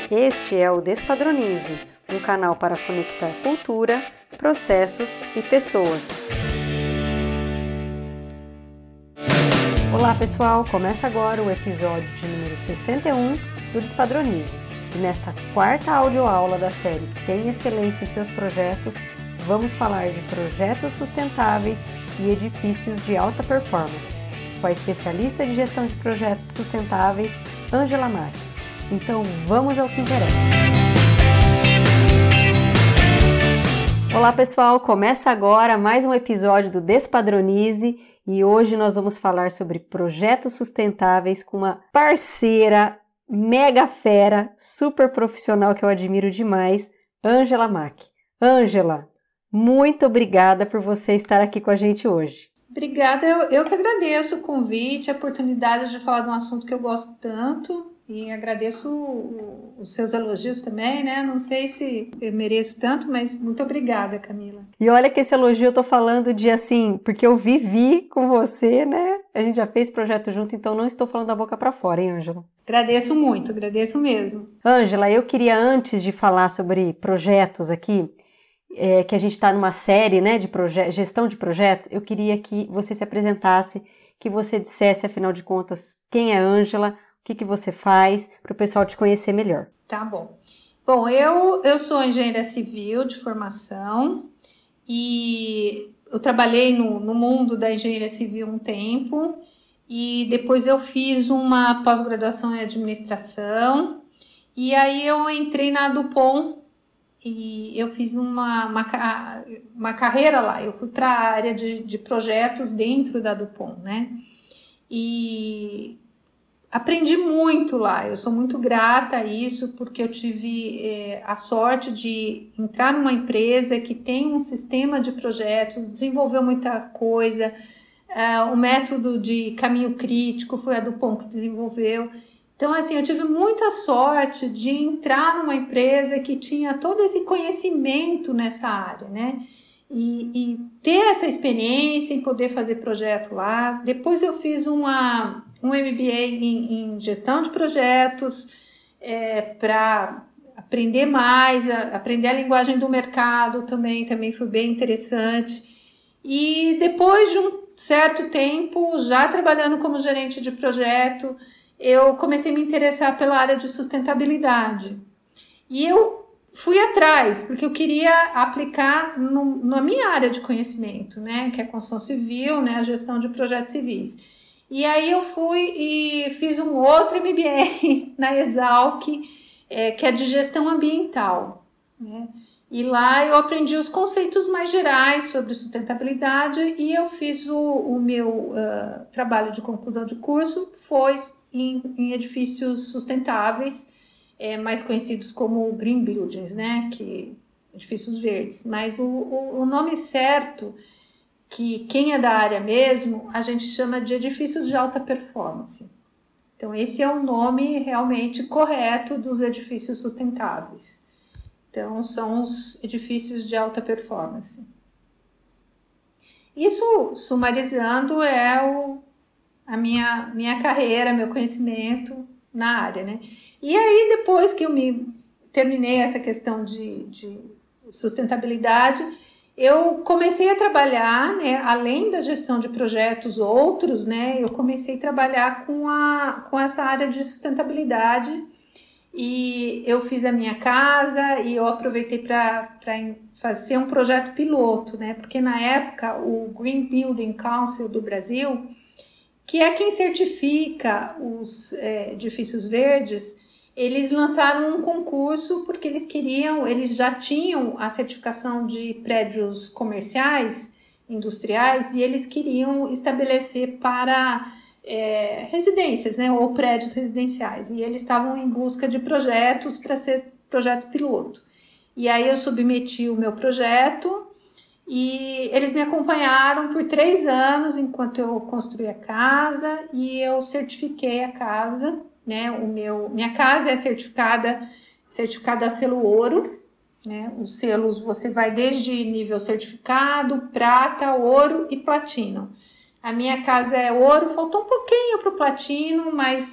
Este é o Despadronize, um canal para conectar cultura, processos e pessoas. Olá pessoal, começa agora o episódio de número 61 do Despadronize. E nesta quarta audioaula da série Tem Excelência em Seus Projetos, vamos falar de projetos sustentáveis e edifícios de alta performance, com a especialista de gestão de projetos sustentáveis, Ângela Mack. Então vamos ao que interessa. Olá pessoal, começa agora mais um episódio do Despadronize e hoje nós vamos falar sobre projetos sustentáveis com uma parceira mega fera, super profissional que eu admiro demais, Ângela Mack. Ângela, muito obrigada por você estar aqui com a gente hoje. Obrigada, eu que agradeço o convite, a oportunidade de falar de um assunto que eu gosto tanto e agradeço os seus elogios também, né? Não sei se eu mereço tanto, mas muito obrigada, Camila. E olha que esse elogio eu tô falando de assim, porque eu vivi com você, né? A gente já fez projeto junto, então não estou falando da boca para fora, hein, Ângela? Agradeço muito, agradeço mesmo. Ângela, eu queria antes de falar sobre projetos aqui, que a gente está numa série, né, de gestão de projetos, eu queria que você se apresentasse, que você dissesse, afinal de contas, quem é Ângela, o que você faz, para o pessoal te conhecer melhor. Tá bom. Bom, eu sou engenheira civil de formação e eu trabalhei no mundo da engenharia civil um tempo e depois eu fiz uma pós-graduação em administração e aí eu entrei na Dupont e eu fiz uma carreira lá. Eu fui para a área de projetos dentro da Dupont, né? E aprendi muito lá, eu sou muito grata a isso, porque eu tive a sorte de entrar numa empresa que tem um sistema de projetos, desenvolveu muita coisa, o método de caminho crítico foi a Dupont que desenvolveu. Então, assim, eu tive muita sorte de entrar numa empresa que tinha todo esse conhecimento nessa área, né? E ter essa experiência em poder fazer projeto lá. Depois eu fiz um MBA em gestão de projetos para aprender mais, aprender a linguagem do mercado também foi bem interessante. E depois de um certo tempo, já trabalhando como gerente de projeto, eu comecei a me interessar pela área de sustentabilidade. E eu fui atrás, porque eu queria aplicar na minha área de conhecimento, né, que é a construção civil, né, a gestão de projetos civis. E aí eu fui e fiz um outro MBA na Exalc, que é de gestão ambiental, né? E lá eu aprendi os conceitos mais gerais sobre sustentabilidade e eu fiz o meu trabalho de conclusão de curso, foi em edifícios sustentáveis, mais conhecidos como green buildings, né? Que edifícios verdes. Mas o nome certo, que quem é da área mesmo, a gente chama de edifícios de alta performance. Então, esse é o nome realmente correto dos edifícios sustentáveis. Então, são os edifícios de alta performance. Isso, sumarizando, a minha carreira, meu conhecimento na área, né? E aí, depois que eu terminei essa questão de sustentabilidade, eu comecei a trabalhar, né, além da gestão de projetos outros, né, eu comecei a trabalhar com essa área de sustentabilidade e eu fiz a minha casa e eu aproveitei para fazer um projeto piloto, né, porque na época o Green Building Council do Brasil, que é quem certifica os edifícios verdes, eles lançaram um concurso porque eles já tinham a certificação de prédios comerciais, industriais, e eles queriam estabelecer para residências, né, ou prédios residenciais, e eles estavam em busca de projetos para ser projetos piloto. E aí eu submeti o meu projeto e eles me acompanharam por 3 anos enquanto eu construí a casa e eu certifiquei a casa, né? Minha casa é certificada a selo ouro, né? Os selos você vai desde nível certificado, prata, ouro e platino. A minha casa é ouro, faltou um pouquinho para o platino, mas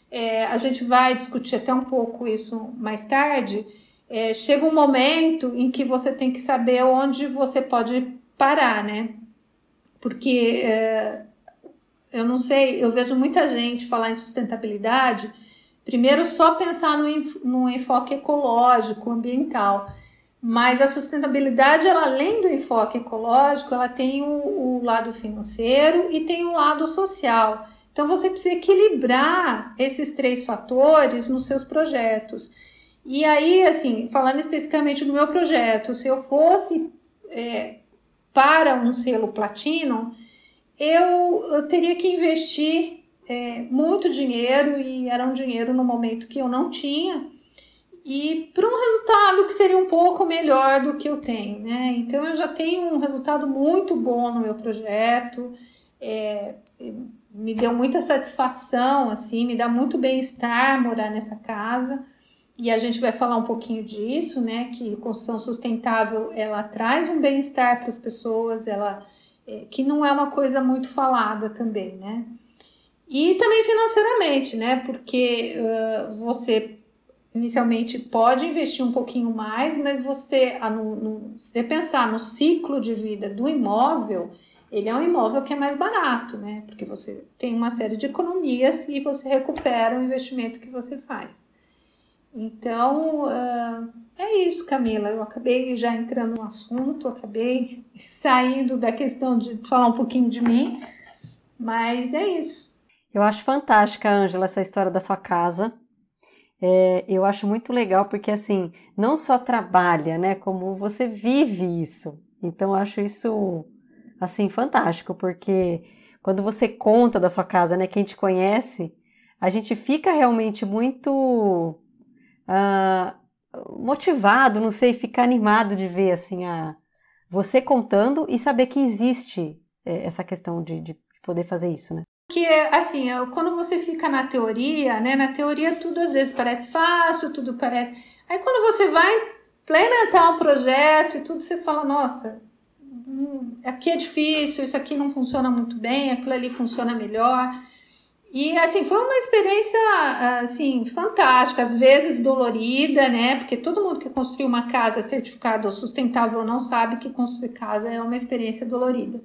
a gente vai discutir até um pouco isso mais tarde, chega um momento em que você tem que saber onde você pode parar, né? Porque eu não sei, eu vejo muita gente falar em sustentabilidade, primeiro só pensar no enfoque ecológico, ambiental, mas a sustentabilidade, ela, além do enfoque ecológico, ela tem o lado financeiro e tem o lado social. Então você precisa equilibrar esses 3 fatores nos seus projetos. E aí, assim, falando especificamente do meu projeto, se eu fosse para um selo Platinum, eu teria que investir muito dinheiro, e era um dinheiro no momento que eu não tinha, e para um resultado que seria um pouco melhor do que eu tenho, né? Então eu já tenho um resultado muito bom no meu projeto, me deu muita satisfação, assim, me dá muito bem-estar morar nessa casa, e a gente vai falar um pouquinho disso, né? Que construção sustentável, ela traz um bem-estar para as pessoas, que não é uma coisa muito falada também, né? E também financeiramente, né? Porque você inicialmente pode investir um pouquinho mais, mas você pensar no ciclo de vida do imóvel, ele é um imóvel que é mais barato, né? Porque você tem uma série de economias e você recupera o investimento que você faz. Então, é isso, Camila. Eu acabei já entrando no assunto, acabei saindo da questão de falar um pouquinho de mim, mas é isso. Eu acho fantástica, Ângela, essa história da sua casa. Eu acho muito legal porque, assim, não só trabalha, né, como você vive isso. Então, eu acho isso, assim, fantástico, porque quando você conta da sua casa, né, quem te conhece, a gente fica realmente muito motivado, não sei, fica animado de ver, assim, você contando e saber que existe essa questão de poder fazer isso, né? Que, assim, quando você fica na teoria, né? Na teoria tudo às vezes parece fácil, tudo parece... Aí quando você vai implementar um projeto e tudo, você fala, nossa, aqui é difícil, isso aqui não funciona muito bem, aquilo ali funciona melhor. E, assim, foi uma experiência, assim, fantástica, às vezes dolorida, né? Porque todo mundo que construiu uma casa certificada ou sustentável não sabe que construir casa é uma experiência dolorida.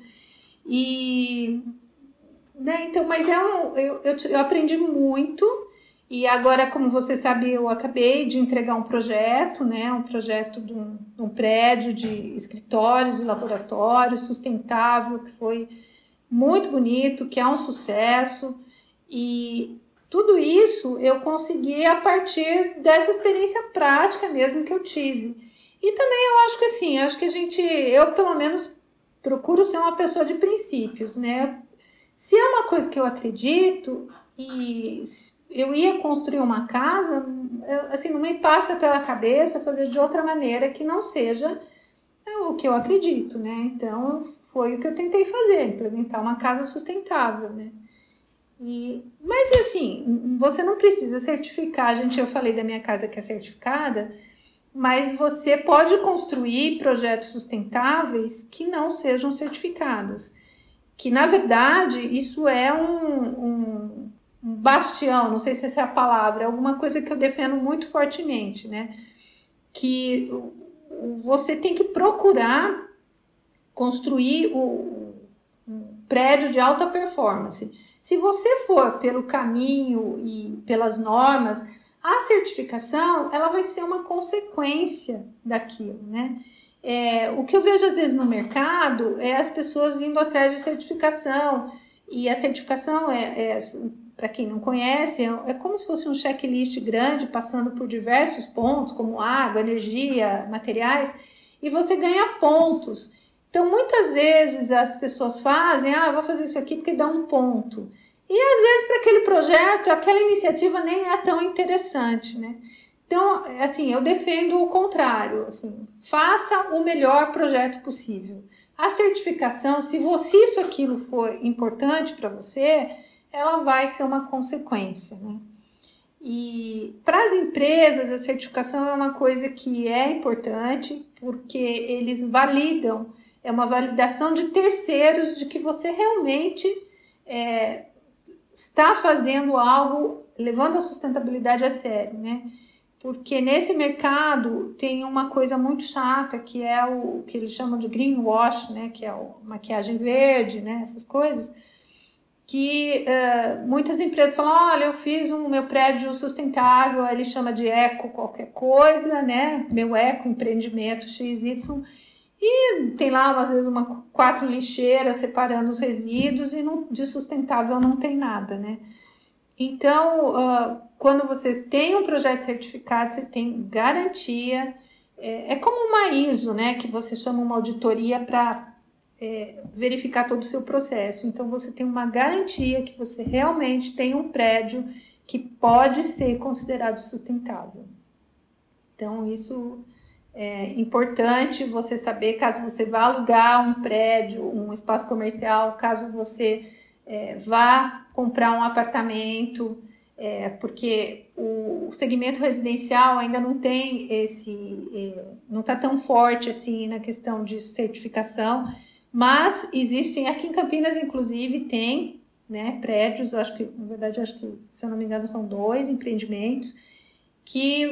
Né? Então, mas eu aprendi muito, e agora, como você sabe, eu acabei de entregar um projeto, né? Um projeto de um prédio de escritórios e laboratórios sustentável, que foi muito bonito, que é um sucesso, e tudo isso eu consegui a partir dessa experiência prática mesmo que eu tive. E também eu acho que assim, eu pelo menos procuro ser uma pessoa de princípios, né? Se é uma coisa que eu acredito e eu ia construir uma casa, assim, não me passa pela cabeça fazer de outra maneira que não seja o que eu acredito, né? Então, foi o que eu tentei fazer, implementar uma casa sustentável, né? Mas, assim, você não precisa certificar. Eu falei da minha casa que é certificada, mas você pode construir projetos sustentáveis que não sejam certificados. Que, na verdade, isso é um bastião, não sei se essa é a palavra, é alguma coisa que eu defendo muito fortemente, né? Que você tem que procurar construir um prédio de alta performance. Se você for pelo caminho e pelas normas, a certificação, ela vai ser uma consequência daquilo, né? O que eu vejo às vezes no mercado é as pessoas indo atrás de certificação, e a certificação para quem não conhece, é como se fosse um checklist grande, passando por diversos pontos, como água, energia, materiais, e você ganha pontos. Então, muitas vezes as pessoas fazem, eu vou fazer isso aqui porque dá um ponto. E às vezes para aquele projeto, aquela iniciativa nem é tão interessante, né? Então, assim, eu defendo o contrário, assim, faça o melhor projeto possível. A certificação, se isso aquilo for importante para você, ela vai ser uma consequência, né? E para as empresas, a certificação é uma coisa que é importante, porque eles validam, é uma validação de terceiros de que você realmente está fazendo algo levando a sustentabilidade a sério, né? Porque nesse mercado tem uma coisa muito chata, que é o que eles chamam de greenwash, né? Que é a maquiagem verde, né? Essas coisas, que muitas empresas falam, olha, eu fiz o meu prédio sustentável, aí ele chama de eco qualquer coisa, né? Meu eco empreendimento XY, e tem lá, às vezes, 4 lixeiras separando os resíduos e de sustentável não tem nada, né? Então, quando você tem um projeto certificado, você tem garantia. É como uma ISO, né? Que você chama uma auditoria para verificar todo o seu processo. Então, você tem uma garantia que você realmente tem um prédio que pode ser considerado sustentável. Então, isso é importante você saber, caso você vá alugar um prédio, um espaço comercial, caso você vá comprar um apartamento, porque o segmento residencial ainda não tem não está tão forte assim na questão de certificação, mas existem, aqui em Campinas, inclusive, tem, né, prédios, eu acho que, na verdade, se eu não me engano, são 2 empreendimentos, que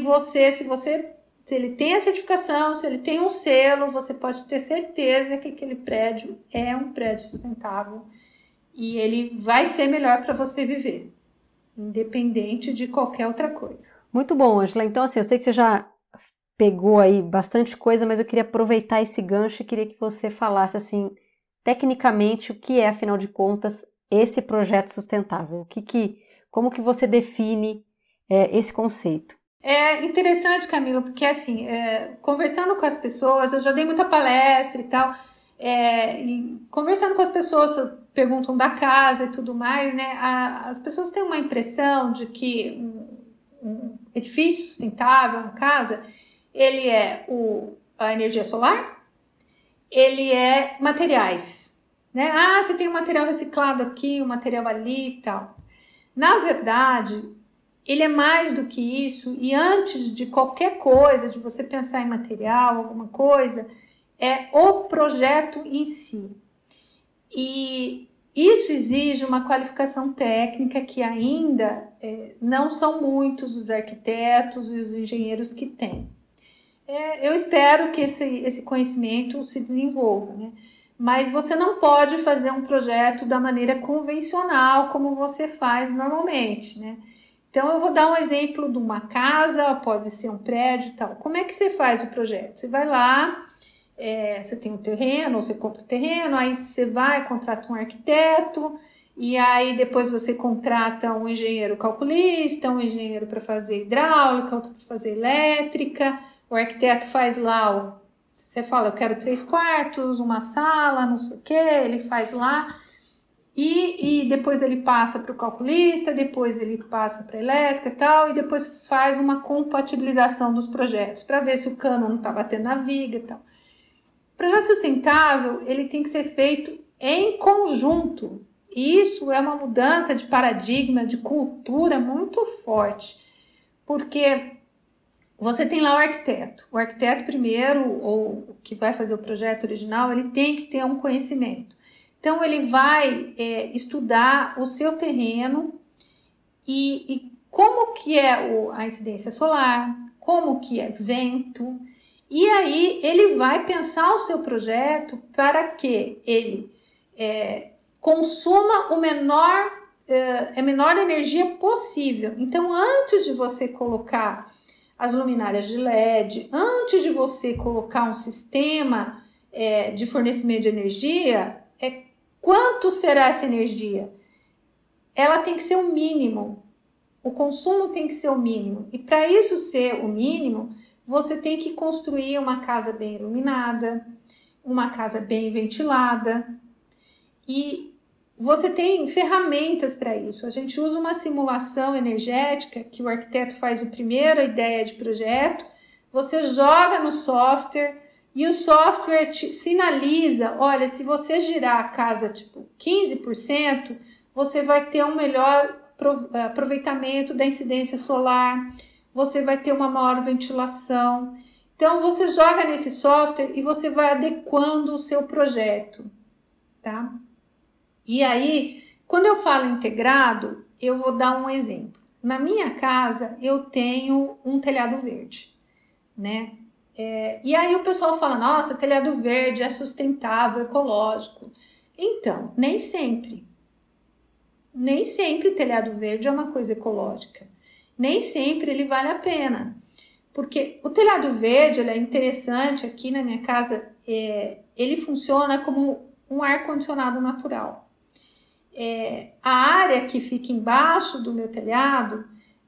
se ele tem a certificação, se ele tem um selo, você pode ter certeza que aquele prédio é um prédio sustentável e ele vai ser melhor para você viver, independente de qualquer outra coisa. Muito bom, Ângela. Então, assim, eu sei que você já pegou aí bastante coisa, mas eu queria aproveitar esse gancho e queria que você falasse, assim, tecnicamente, o que é, afinal de contas, esse projeto sustentável? Como que você define esse conceito? É interessante, Camila, porque assim, conversando com as pessoas, eu já dei muita palestra e tal, e conversando com as pessoas, perguntam da casa e tudo mais, né? As pessoas têm uma impressão de que um edifício sustentável, uma casa, ele é a energia solar, ele é materiais, né? Ah, você tem um material reciclado aqui, um material ali e tal. Na verdade, ele é mais do que isso, e antes de qualquer coisa, de você pensar em material, alguma coisa, é o projeto em si. E isso exige uma qualificação técnica que ainda não são muitos os arquitetos e os engenheiros que têm. Eu espero que esse conhecimento se desenvolva, né? Mas você não pode fazer um projeto da maneira convencional, como você faz normalmente, né? Então, eu vou dar um exemplo de uma casa, pode ser um prédio e tal. Como é que você faz o projeto? Você vai lá, você tem um terreno, ou você compra o terreno, aí você vai, contrata um arquiteto, e aí depois você contrata um engenheiro calculista, um engenheiro para fazer hidráulica, outro para fazer elétrica. O arquiteto faz lá, você fala, eu quero 3 quartos, uma sala, não sei o que, ele faz lá. E depois ele passa para o calculista, depois ele passa para a elétrica e tal, e depois faz uma compatibilização dos projetos, para ver se o cano não está batendo na viga e tal. O projeto sustentável, ele tem que ser feito em conjunto. E isso é uma mudança de paradigma, de cultura muito forte, porque você tem lá o arquiteto. O arquiteto primeiro, ou que vai fazer o projeto original, ele tem que ter um conhecimento. Então, ele vai estudar o seu terreno e como que é a incidência solar, como que é vento, e aí ele vai pensar o seu projeto para que ele consuma a menor energia possível. Então, antes de você colocar as luminárias de LED, antes de você colocar um sistema de fornecimento de energia, quanto será essa energia? Ela tem que ser o mínimo. O consumo tem que ser o mínimo. E para isso ser o mínimo, você tem que construir uma casa bem iluminada, uma casa bem ventilada. E você tem ferramentas para isso. A gente usa uma simulação energética, que o arquiteto faz a primeira ideia de projeto, você joga no software, e o software te sinaliza, olha, se você girar a casa tipo 15%, você vai ter um melhor aproveitamento da incidência solar, você vai ter uma maior ventilação. Então, você joga nesse software e você vai adequando o seu projeto, tá? E aí, quando eu falo integrado, eu vou dar um exemplo. na minha casa eu tenho um telhado verde, né? E aí o pessoal fala, nossa, telhado verde é sustentável, ecológico. Então, nem sempre telhado verde é uma coisa ecológica. Nem sempre ele vale a pena. Porque o telhado verde, ele é interessante aqui na minha casa, ele funciona como um ar-condicionado natural. A área que fica embaixo do meu telhado,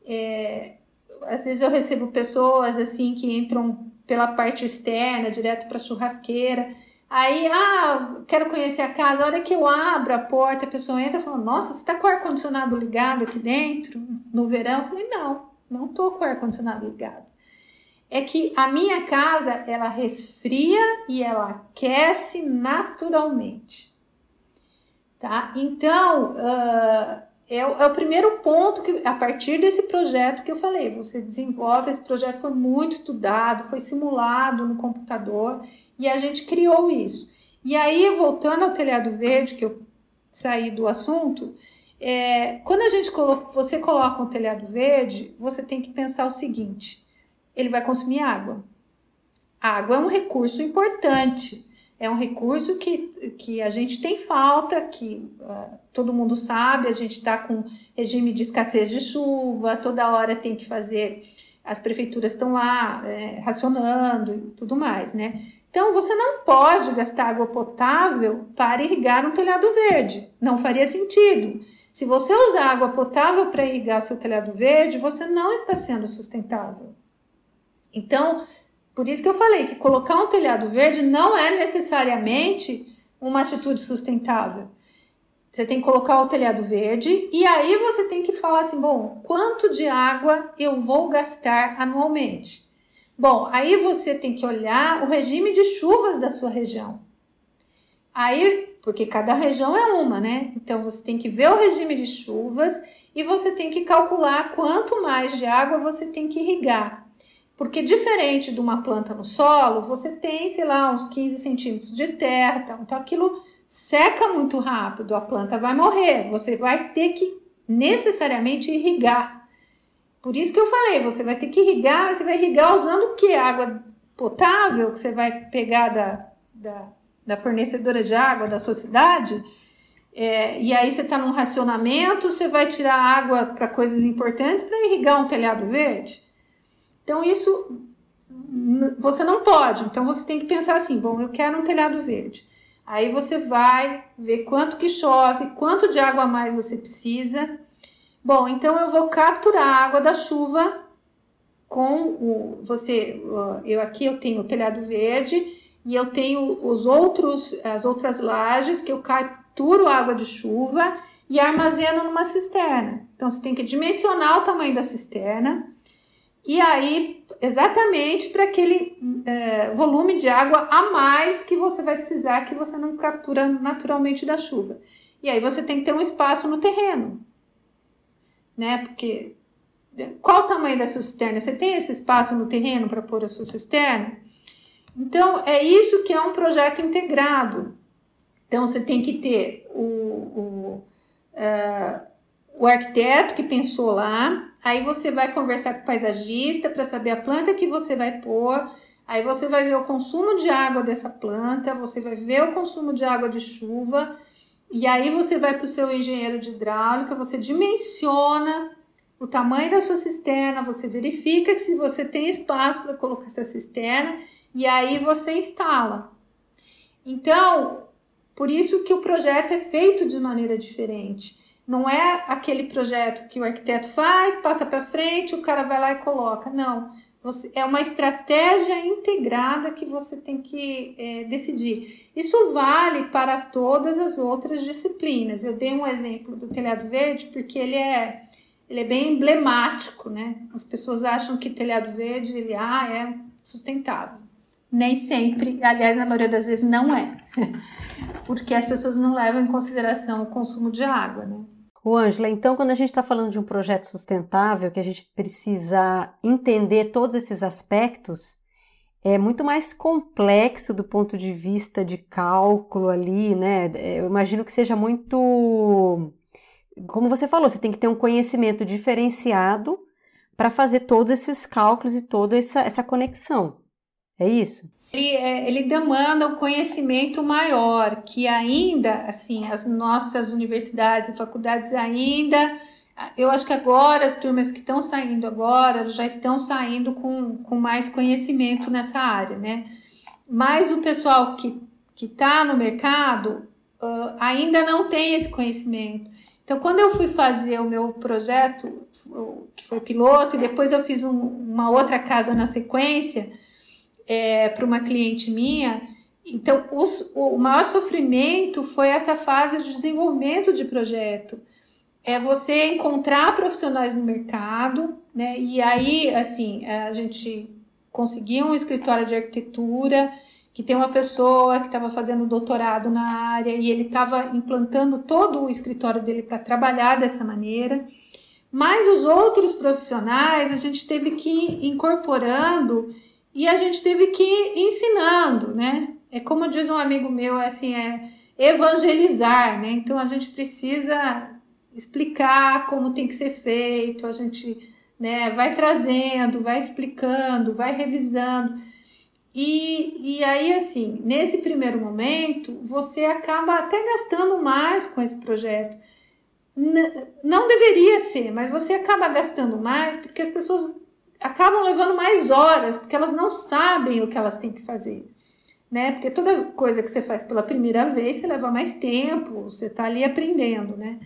às vezes eu recebo pessoas assim que entram pela parte externa, direto para a churrasqueira. Aí, quero conhecer a casa. A hora que eu abro a porta, a pessoa entra e fala, nossa, você está com o ar-condicionado ligado aqui dentro no verão? Eu falei, não estou com o ar-condicionado ligado. É que a minha casa, ela resfria e ela aquece naturalmente. Tá? Então, é o primeiro ponto que, a partir desse projeto que eu falei, você desenvolve, esse projeto foi muito estudado, foi simulado no computador e a gente criou isso. E aí, voltando ao telhado verde, que eu saí do assunto, quando você coloca um telhado verde, você tem que pensar o seguinte, ele vai consumir água. A água é um recurso importante, é um recurso que a gente tem falta, que todo mundo sabe, a gente está com regime de escassez de chuva, toda hora tem que fazer, as prefeituras estão lá racionando e tudo mais, né? Então, você não pode gastar água potável para irrigar um telhado verde, não faria sentido. Se você usar água potável para irrigar seu telhado verde, você não está sendo sustentável. Então, por isso que eu falei que colocar um telhado verde não é necessariamente uma atitude sustentável. Você tem que colocar o telhado verde e aí você tem que falar assim, bom, quanto de água eu vou gastar anualmente? Bom, aí você tem que olhar o regime de chuvas da sua região. Aí, porque cada região é uma, né? Então, você tem que ver o regime de chuvas e você tem que calcular quanto mais de água você tem que irrigar. Porque diferente de uma planta no solo, você tem, sei lá, uns 15 centímetros de terra, então aquilo seca muito rápido, a planta vai morrer, você vai ter que necessariamente irrigar. Por isso que eu falei, você vai ter que irrigar, você vai irrigar usando o quê? Água potável que você vai pegar da fornecedora de água da sua cidade, e aí você está num racionamento, você vai tirar água para coisas importantes para irrigar um telhado verde. Então, isso você não pode. Então, você tem que pensar assim, bom, eu quero um telhado verde. Aí você vai ver quanto que chove, quanto de água a mais você precisa. Bom, então eu vou capturar a água da chuva com eu tenho o telhado verde e eu tenho as outras lajes que eu capturo água de chuva e armazeno numa cisterna. Então, você tem que dimensionar o tamanho da cisterna. E aí, exatamente para aquele volume de água a mais que você vai precisar, que você não captura naturalmente da chuva. E aí você tem que ter um espaço no terreno, né? Porque qual o tamanho da sua cisterna? Você tem esse espaço no terreno para pôr a sua cisterna? Então, é isso que é um projeto integrado. Então, você tem que ter o arquiteto que pensou lá. Aí você vai conversar com o paisagista para saber a planta que você vai pôr. Aí você vai ver o consumo de água dessa planta, você vai ver o consumo de água de chuva. E aí você vai para o seu engenheiro de hidráulica, você dimensiona o tamanho da sua cisterna, você verifica que se você tem espaço para colocar essa cisterna e aí você instala. Então, por isso que o projeto é feito de maneira diferente. Não é aquele projeto que o arquiteto faz, passa para frente, o cara vai lá e coloca. Não, é uma estratégia integrada que você tem que decidir. Isso vale para todas as outras disciplinas. Eu dei um exemplo do telhado verde porque ele é bem emblemático, né? As pessoas acham que telhado verde é sustentável. Nem sempre, aliás, na maioria das vezes não é. Porque as pessoas não levam em consideração o consumo de água, né? Ângela, então quando a gente está falando de um projeto sustentável, que a gente precisa entender todos esses aspectos, é muito mais complexo do ponto de vista de cálculo ali, né? Eu imagino que seja muito como você falou, você tem que ter um conhecimento diferenciado para fazer todos esses cálculos e toda essa conexão. É isso? Ele demanda um conhecimento maior, que ainda, assim, as nossas universidades e faculdades ainda, eu acho que agora, as turmas que estão saindo agora, já estão saindo com mais conhecimento nessa área, né? Mas o pessoal que está no mercado ainda não tem esse conhecimento. Então, quando eu fui fazer o meu projeto, que foi piloto, e depois eu fiz uma outra casa na sequência, para uma cliente minha, então o maior sofrimento foi essa fase de desenvolvimento de projeto. É você encontrar profissionais no mercado, né? E aí, assim, a gente conseguiu um escritório de arquitetura que tem uma pessoa que estava fazendo doutorado na área e ele estava implantando todo o escritório dele para trabalhar dessa maneira. Mas os outros profissionais a gente teve que ir incorporando e a gente teve que ir ensinando, né? É como diz um amigo meu, assim, evangelizar, né? Então a gente precisa explicar como tem que ser feito, a gente, né, vai trazendo, vai explicando, vai revisando. E aí, assim, nesse primeiro momento, você acaba até gastando mais com esse projeto. Não deveria ser, mas você acaba gastando mais porque as pessoas acabam levando mais horas, porque elas não sabem o que elas têm que fazer, né? Porque toda coisa que você faz pela primeira vez, você leva mais tempo, você está ali aprendendo, né?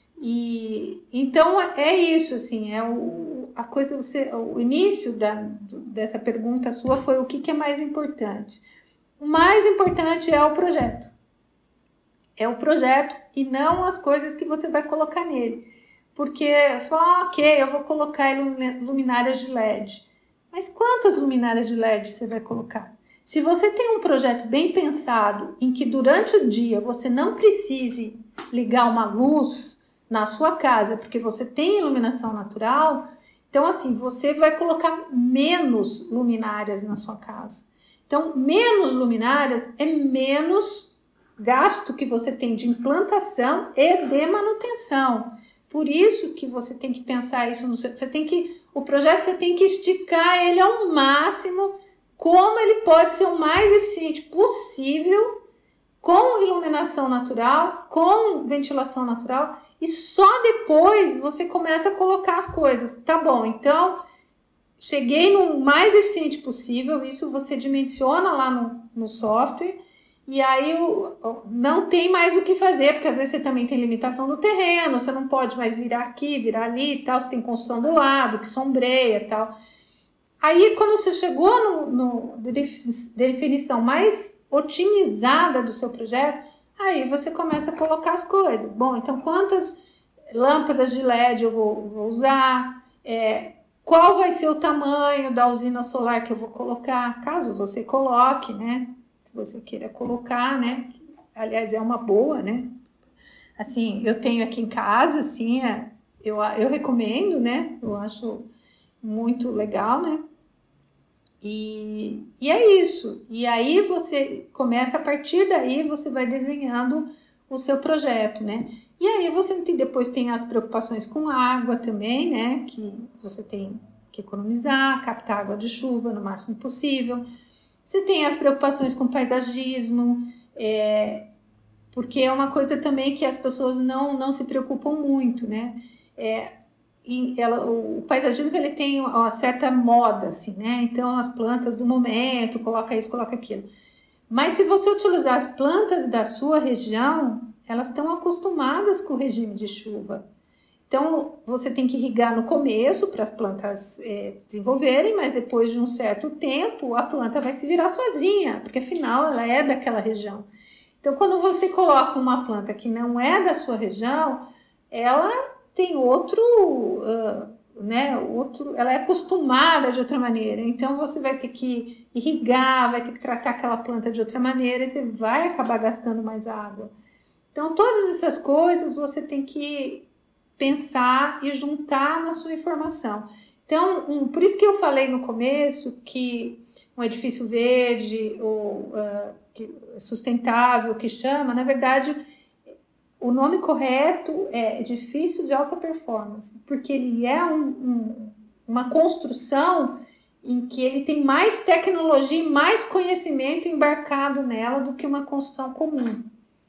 E então é isso, assim, a coisa, o início dessa pergunta sua foi o que é mais importante. O mais importante é o projeto. É o projeto e não as coisas que você vai colocar nele. Porque você fala, ok, eu vou colocar luminárias de LED. Mas quantas luminárias de LED você vai colocar? Se você tem um projeto bem pensado, em que durante o dia você não precise ligar uma luz na sua casa, porque você tem iluminação natural, então assim, você vai colocar menos luminárias na sua casa. Então, menos luminárias é menos gasto que você tem de implantação e de manutenção. Por isso que você tem que pensar isso, o projeto você tem que esticar ele ao máximo, como ele pode ser o mais eficiente possível, com iluminação natural, com ventilação natural, e só depois você começa a colocar as coisas. Tá bom, então cheguei no mais eficiente possível, isso você dimensiona lá no software, e aí não tem mais o que fazer, porque às vezes você também tem limitação do terreno, você não pode mais virar aqui, virar ali e tal, você tem construção do lado, que sombreia e tal. Aí quando você chegou no definição mais otimizada do seu projeto, aí você começa a colocar as coisas. Bom, então quantas lâmpadas de LED eu vou usar, qual vai ser o tamanho da usina solar que eu vou colocar, caso você coloque, né? Se você queira colocar, né? Aliás, é uma boa, né? Assim, eu tenho aqui em casa, assim, eu recomendo, né? Eu acho muito legal, né? E é isso. E aí você começa, a partir daí, você vai desenhando o seu projeto, né? E aí você depois tem as preocupações com água também, né? Que você tem que economizar, captar água de chuva no máximo possível. Você tem as preocupações com paisagismo, porque é uma coisa também que as pessoas não se preocupam muito, né? O paisagismo ele tem uma certa moda, assim, né? Então, as plantas do momento, coloca isso, coloca aquilo. Mas se você utilizar as plantas da sua região, elas estão acostumadas com o regime de chuva. Então, você tem que irrigar no começo para as plantas desenvolverem, mas depois de um certo tempo, a planta vai se virar sozinha, porque afinal ela é daquela região. Então, quando você coloca uma planta que não é da sua região, ela tem ela é acostumada de outra maneira. Então, você vai ter que irrigar, vai ter que tratar aquela planta de outra maneira e você vai acabar gastando mais água. Então, todas essas coisas você tem que pensar e juntar na sua informação. Então, por isso que eu falei no começo que um edifício verde ou sustentável, que chama, na verdade, O nome correto é edifício de alta performance, porque ele é uma construção em que ele tem mais tecnologia e mais conhecimento embarcado nela do que uma construção comum.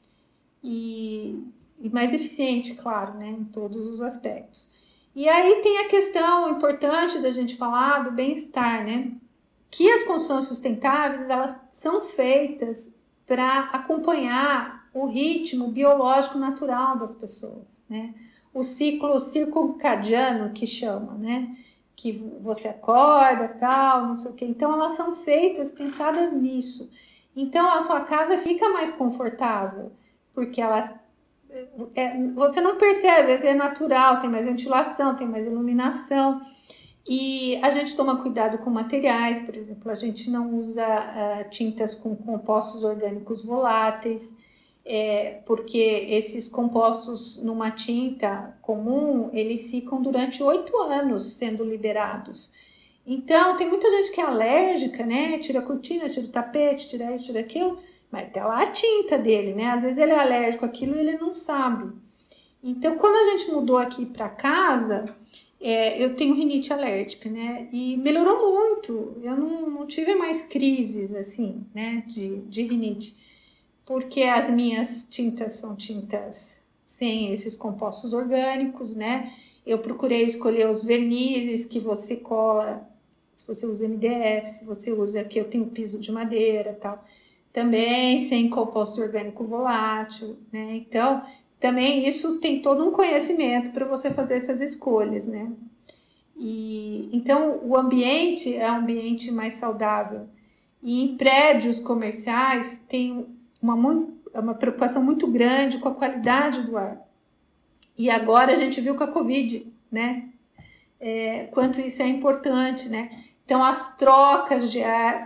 E mais eficiente, claro, né, em todos os aspectos. E aí tem a questão importante da gente falar do bem-estar, né? Que as construções sustentáveis, elas são feitas para acompanhar o ritmo biológico natural das pessoas, né? O ciclo circadiano, que chama, né? Que você acorda, tal, não sei o quê. Então, elas são feitas, pensadas nisso. Então, a sua casa fica mais confortável, porque você não percebe, é natural, tem mais ventilação, tem mais iluminação. E a gente toma cuidado com materiais, por exemplo, a gente não usa tintas com compostos orgânicos voláteis, porque esses compostos numa tinta comum, eles ficam durante 8 anos sendo liberados. Então, tem muita gente que é alérgica, né? Tira a cortina, tira o tapete, tira isso, tira aquilo, mas tem lá a tinta dele, né? Às vezes ele é alérgico àquilo e ele não sabe. Então, quando a gente mudou aqui para casa, eu tenho rinite alérgica, né? E melhorou muito. Eu não tive mais crises, assim, né? De rinite. Porque as minhas tintas são tintas sem esses compostos orgânicos, né? Eu procurei escolher os vernizes que você cola, se você usa MDF, se você usa, aqui eu tenho piso de madeira e tal, também sem composto orgânico volátil, né? Então, também isso tem todo um conhecimento para você fazer essas escolhas, né? Então, o ambiente é um ambiente mais saudável. E em prédios comerciais tem uma preocupação muito grande com a qualidade do ar. E agora a gente viu com a Covid, né? Quanto isso é importante, né? Então, as trocas de ar,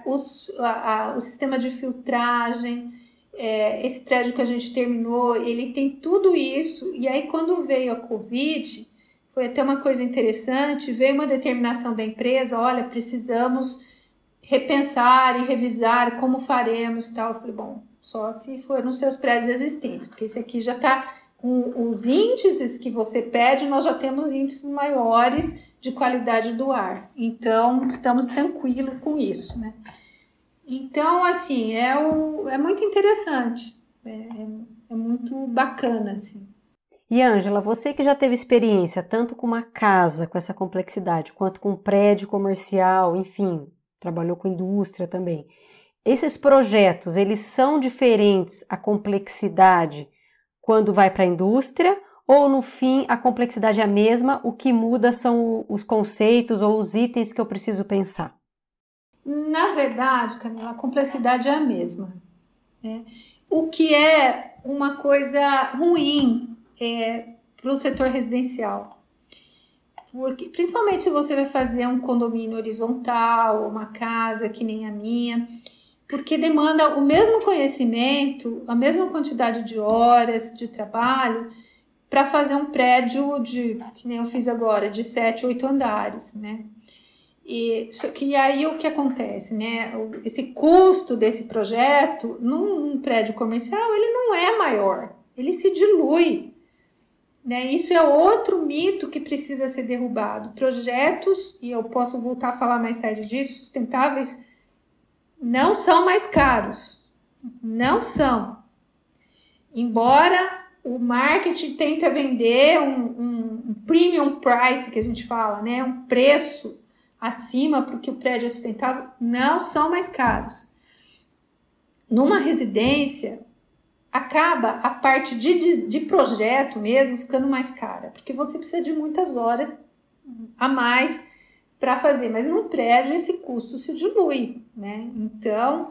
o sistema de filtragem, esse prédio que a gente terminou, ele tem tudo isso. E aí, quando veio a Covid, foi até uma coisa interessante, veio uma determinação da empresa, olha, precisamos repensar e revisar como faremos e tal. Eu falei, bom, só se for nos seus prédios existentes, porque esse aqui já está com os índices que você pede, nós já temos índices maiores de qualidade do ar. Então, estamos tranquilos com isso, né? Então, assim, é muito interessante, é muito bacana, assim. E, Ângela, você que já teve experiência tanto com uma casa, com essa complexidade, quanto com um prédio comercial, enfim, trabalhou com indústria também. Esses projetos, eles são diferentes, a complexidade, quando vai para a indústria, ou no fim a complexidade é a mesma, o que muda são os conceitos ou os itens que eu preciso pensar? Na verdade, Camila, a complexidade é a mesma, né? O que é uma coisa ruim para o setor residencial. Porque, principalmente se você vai fazer um condomínio horizontal, uma casa que nem a minha, porque demanda o mesmo conhecimento, a mesma quantidade de horas de trabalho para fazer um prédio que nem eu fiz agora, de 7, 8 andares, né? Só que aí o que acontece, né? Esse custo desse projeto num prédio comercial, ele não é maior, ele se dilui, né? Isso é outro mito que precisa ser derrubado. Projetos, e eu posso voltar a falar mais tarde disso, sustentáveis, não são mais caros, não são. Embora o marketing tente vender um premium price, que a gente fala, né? Um preço acima porque o prédio é sustentável, não são mais caros. Numa residência, acaba a parte de projeto mesmo ficando mais cara, porque você precisa de muitas horas a mais para fazer, mas num prédio esse custo se dilui, né? Então,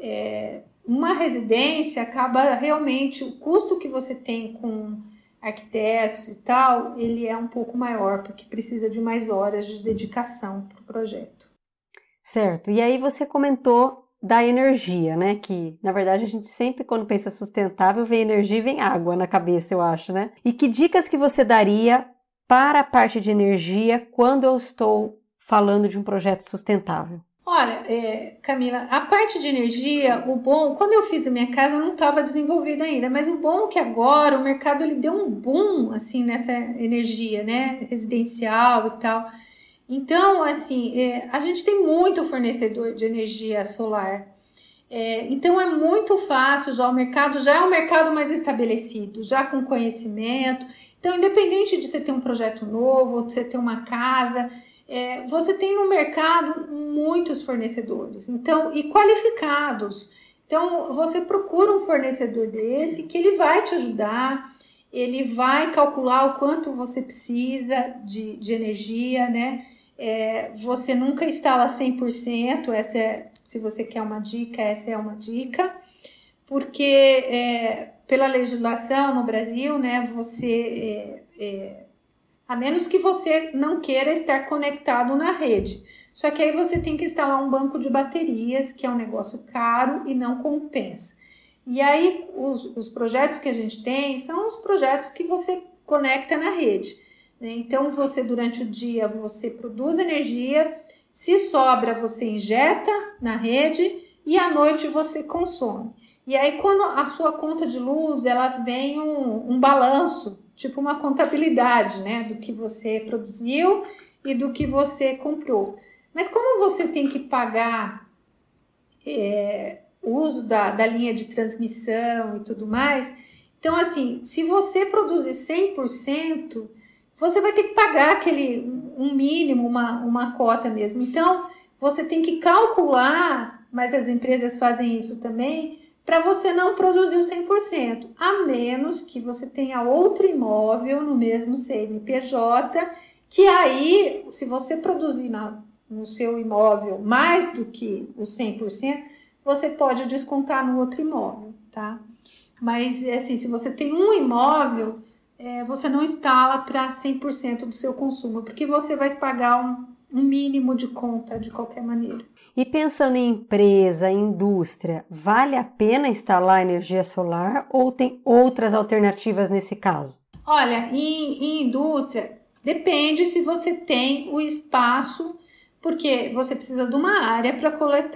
uma residência acaba realmente, o custo que você tem com arquitetos e tal, ele é um pouco maior, porque precisa de mais horas de dedicação para o projeto. Certo, e aí você comentou da energia, né? Que, na verdade, a gente sempre, quando pensa sustentável, vem energia e vem água na cabeça, eu acho, né? E que dicas que você daria para a parte de energia quando eu estou falando de um projeto sustentável? Olha, Camila, a parte de energia, o bom, quando eu fiz a minha casa não estava desenvolvido ainda, mas o bom é que agora o mercado ele deu um boom assim nessa energia, né, residencial e tal. Então, assim, a gente tem muito fornecedor de energia solar. Então é muito fácil, já o mercado já é um mercado mais estabelecido, já com conhecimento. Então, independente de você ter um projeto novo, ou de você ter uma casa, você tem no mercado muitos fornecedores, então, e qualificados. Então, você procura um fornecedor desse que ele vai te ajudar, ele vai calcular o quanto você precisa de energia, né? Você nunca instala 100%, se você quer uma dica, essa é uma dica, porque pela legislação no Brasil, né, a menos que você não queira estar conectado na rede. Só que aí você tem que instalar um banco de baterias, que é um negócio caro e não compensa. E aí os projetos que a gente tem são os projetos que você conecta na rede, né? Então você durante o dia você produz energia, se sobra você injeta na rede e à noite você consome. E aí quando a sua conta de luz ela vem um balanço, tipo uma contabilidade, né, do que você produziu e do que você comprou. Mas como você tem que pagar o uso da linha de transmissão e tudo mais, então assim, se você produzir 100%, você vai ter que pagar um mínimo, uma cota mesmo. Então, você tem que calcular, mas as empresas fazem isso também, para você não produzir o 100%, a menos que você tenha outro imóvel no mesmo CNPJ, que aí, se você produzir no seu imóvel mais do que o 100%, você pode descontar no outro imóvel, tá? Mas, assim, se você tem um imóvel, você não instala para 100% do seu consumo, porque você vai pagar um mínimo de conta de qualquer maneira. E pensando em empresa, indústria, vale a pena instalar energia solar ou tem outras alternativas nesse caso? Olha, em indústria, depende se você tem o espaço, porque você precisa de uma área para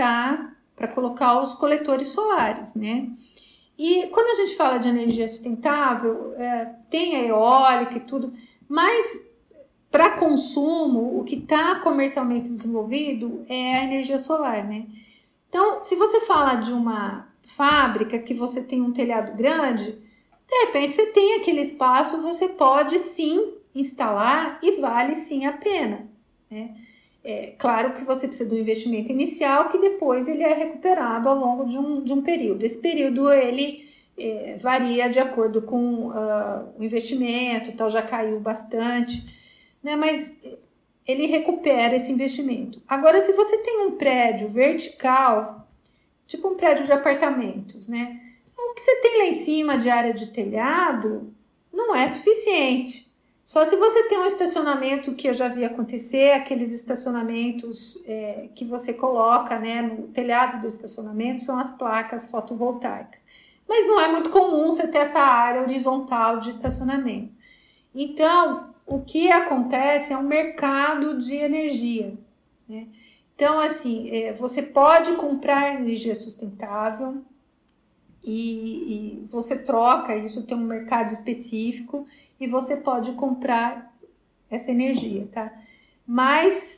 colocar os coletores solares, né? E quando a gente fala de energia sustentável, tem a eólica e tudo, mas para consumo, o que está comercialmente desenvolvido é a energia solar, né? Então, se você fala de uma fábrica que você tem um telhado grande, de repente você tem aquele espaço, você pode sim instalar e vale sim a pena, né? Claro que você precisa do investimento inicial, que depois ele é recuperado ao longo de um período. Esse período ele varia de acordo com o investimento, tal, já caiu bastante, né? Mas ele recupera esse investimento. Agora, se você tem um prédio vertical, tipo um prédio de apartamentos, né? O que você tem lá em cima de área de telhado não é suficiente. Só se você tem um estacionamento, que eu já vi acontecer, aqueles estacionamentos que você coloca, né, no telhado do estacionamento, são as placas fotovoltaicas. Mas não é muito comum você ter essa área horizontal de estacionamento. Então, o que acontece é um mercado de energia, né? Então, assim, você pode comprar energia sustentável e você troca, isso tem um mercado específico e você pode comprar essa energia, tá? Mas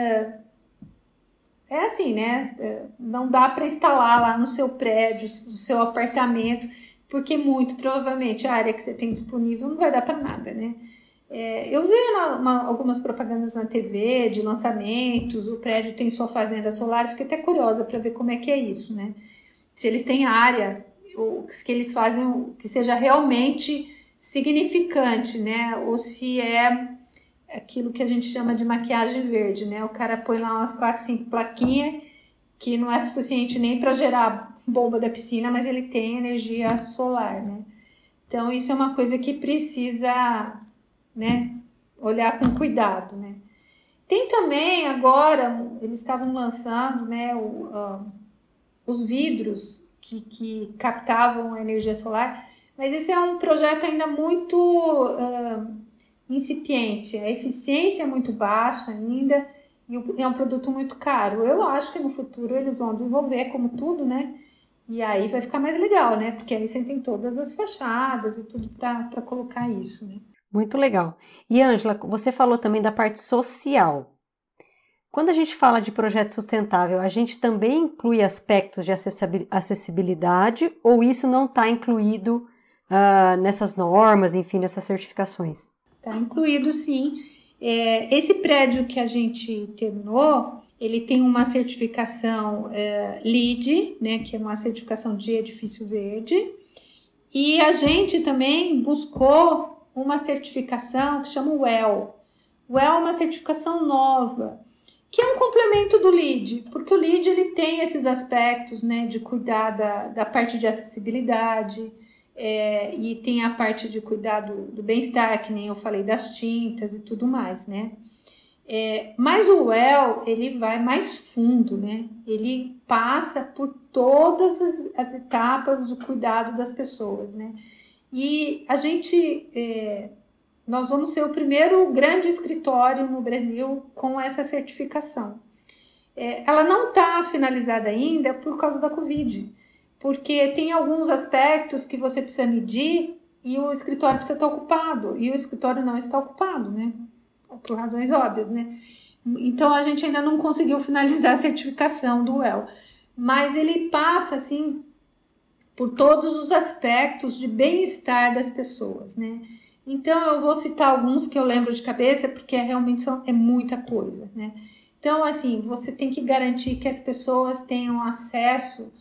assim, né? Não dá para instalar lá no seu prédio, no seu apartamento, porque muito provavelmente a área que você tem disponível não vai dar para nada, né? Eu vi algumas propagandas na TV de lançamentos, o prédio tem sua fazenda solar, fiquei até curiosa para ver como é que é isso, né? Se eles têm área, ou que eles fazem que seja realmente significante, né? Ou se é aquilo que a gente chama de maquiagem verde, né? O cara põe lá umas 4, 5 plaquinhas que não é suficiente nem para gerar bomba da piscina, mas ele tem energia solar, né? Então, isso é uma coisa que precisa, né, olhar com cuidado, né? Tem também, agora, eles estavam lançando, né, os vidros que captavam a energia solar, mas esse é um projeto ainda muito incipiente, a eficiência é muito baixa ainda, e é um produto muito caro. Eu acho que no futuro eles vão desenvolver como tudo, né? E aí vai ficar mais legal, né? Porque aí você tem todas as fachadas e tudo para colocar isso, né? Muito legal. E Ângela, você falou também da parte social. Quando a gente fala de projeto sustentável, a gente também inclui aspectos de acessibilidade ou isso não está incluído nessas normas, enfim, nessas certificações? Está incluído, sim. Esse prédio que a gente terminou, ele tem uma certificação LEED, né, que é uma certificação de edifício verde, e a gente também buscou uma certificação que chama WELL. WELL é uma certificação nova, que é um complemento do LEED, porque o LEED ele tem esses aspectos, né, de cuidar da parte de acessibilidade, e tem a parte de cuidar do bem-estar, que nem eu falei, das tintas e tudo mais, né? Mas o WELL, ele vai mais fundo, né? Ele passa por todas as etapas de cuidado das pessoas, né? E a gente... nós vamos ser o primeiro grande escritório no Brasil com essa certificação. Ela não está finalizada ainda por causa da Covid, porque tem alguns aspectos que você precisa medir e o escritório precisa estar ocupado, e o escritório não está ocupado, né? Por razões óbvias, né? Então, a gente ainda não conseguiu finalizar a certificação do WELL, mas ele passa, assim, por todos os aspectos de bem-estar das pessoas, né? Então, eu vou citar alguns que eu lembro de cabeça, porque realmente é muita coisa, né? Então, assim, você tem que garantir que as pessoas tenham acesso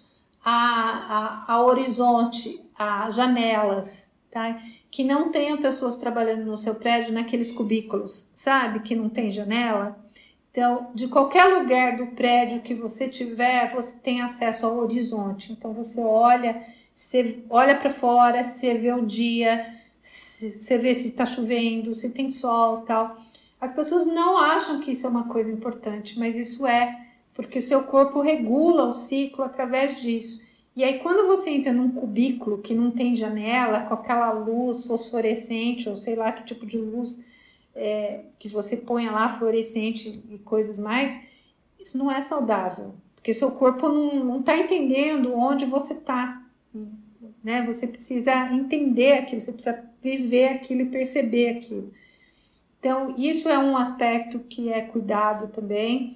a horizonte, a janelas, tá? Que não tenham pessoas trabalhando no seu prédio naqueles cubículos, sabe? Que não tem janela. Então, de qualquer lugar do prédio que você tiver, você tem acesso ao horizonte. Então, você olha para fora, você vê o dia, você vê se está chovendo, se tem sol, tal. As pessoas não acham que isso é uma coisa importante, mas isso porque o seu corpo regula o ciclo através disso. E aí, quando você entra num cubículo que não tem janela, com aquela luz fosforescente, ou sei lá que tipo de luz que você põe lá, fluorescente e coisas mais, isso não é saudável, porque seu corpo não está entendendo onde você está, né? Você precisa entender aquilo, você precisa viver aquilo e perceber aquilo. Então, isso é um aspecto que é cuidado também.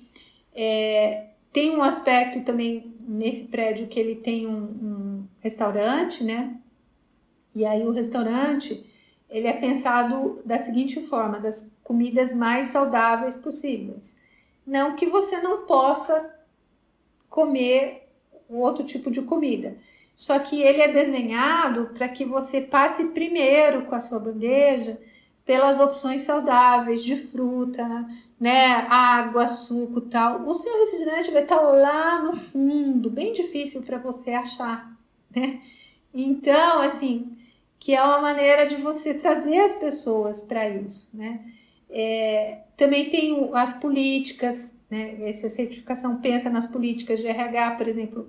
Tem um aspecto também nesse prédio que ele tem um restaurante, né? E aí o restaurante, ele é pensado da seguinte forma, das comidas mais saudáveis possíveis. Não que você não possa comer outro tipo de comida, só que ele é desenhado para que você passe primeiro com a sua bandeja pelas opções saudáveis de fruta, né, água, suco, tal. O seu refrigerante vai estar lá no fundo, bem difícil para você achar, né? Então, assim, que é uma maneira de você trazer as pessoas para isso, né? Também tem as políticas, né? Essa certificação pensa nas políticas de RH, por exemplo,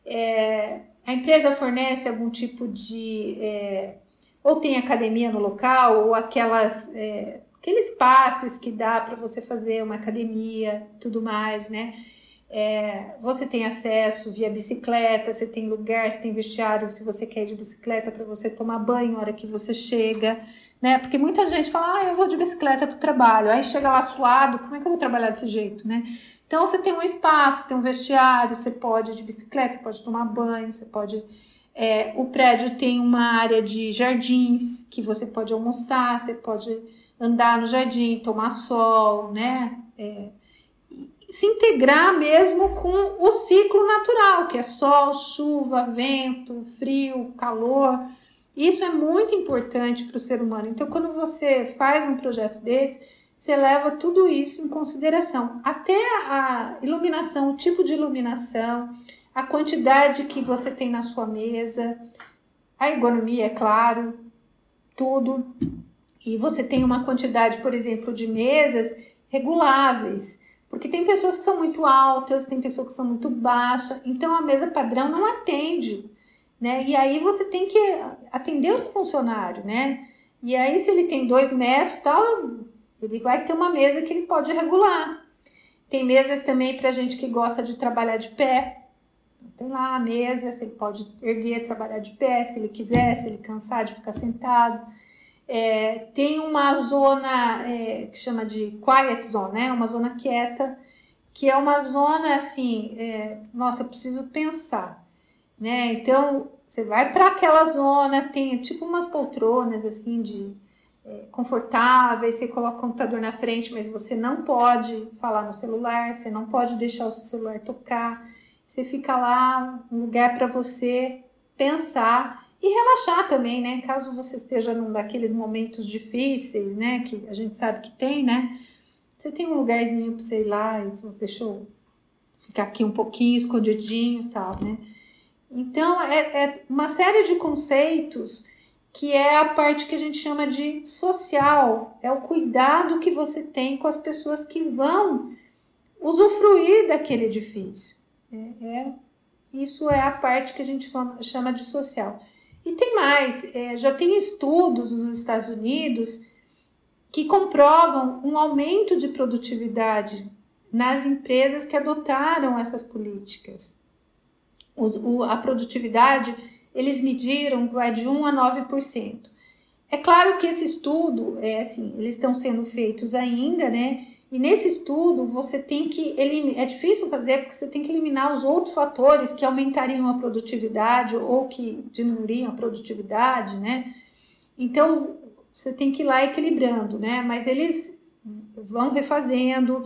a empresa fornece algum tipo de ou tem academia no local, ou aqueles passes que dá para você fazer uma academia, tudo mais, né? Você tem acesso via bicicleta, você tem lugar, você tem vestiário, se você quer ir de bicicleta para você tomar banho na hora que você chega, né? Porque muita gente fala, eu vou de bicicleta para o trabalho, aí chega lá suado, como é que eu vou trabalhar desse jeito, né? Então você tem um espaço, tem um vestiário, você pode ir de bicicleta, você pode tomar banho, você pode... o prédio tem uma área de jardins que você pode almoçar, você pode andar no jardim, tomar sol, né? Se integrar mesmo com o ciclo natural, que é sol, chuva, vento, frio, calor. Isso é muito importante para o ser humano. Então, quando você faz um projeto desse, você leva tudo isso em consideração. Até a iluminação, o tipo de iluminação, a quantidade que você tem na sua mesa, a ergonomia, é claro, tudo. E você tem uma quantidade, por exemplo, de mesas reguláveis, porque tem pessoas que são muito altas, tem pessoas que são muito baixas, então a mesa padrão não atende, né? E aí você tem que atender o seu funcionário, né? E aí se ele tem 2 metros, tal, ele vai ter uma mesa que ele pode regular. Tem mesas também para gente que gosta de trabalhar de pé. Tem lá a mesa, você pode erguer, trabalhar de pé, se ele quiser, se ele cansar de ficar sentado. Tem uma zona que chama de quiet zone, né? Uma zona quieta, que é uma zona assim, nossa, eu preciso pensar, né? Então, você vai para aquela zona, tem tipo umas poltronas assim confortáveis, você coloca o computador na frente, mas você não pode falar no celular, você não pode deixar o seu celular tocar. Você fica lá, um lugar para você pensar e relaxar também, né? Caso você esteja num daqueles momentos difíceis, né? Que a gente sabe que tem, né? Você tem um lugarzinho para você ir lá e deixa eu ficar aqui um pouquinho escondidinho e tal, né? Então, é uma série de conceitos que é a parte que a gente chama de social. É o cuidado que você tem com as pessoas que vão usufruir daquele edifício. Isso é a parte que a gente chama de social. E tem mais, já tem estudos nos Estados Unidos que comprovam um aumento de produtividade nas empresas que adotaram essas políticas. A produtividade, eles mediram, vai de 1 a 9%. É claro que esse estudo, eles estão sendo feitos ainda, né? E nesse estudo, você tem que eliminar, é difícil fazer porque você tem que eliminar os outros fatores que aumentariam a produtividade ou que diminuiriam a produtividade, né? Então, você tem que ir lá equilibrando, né? Mas eles vão refazendo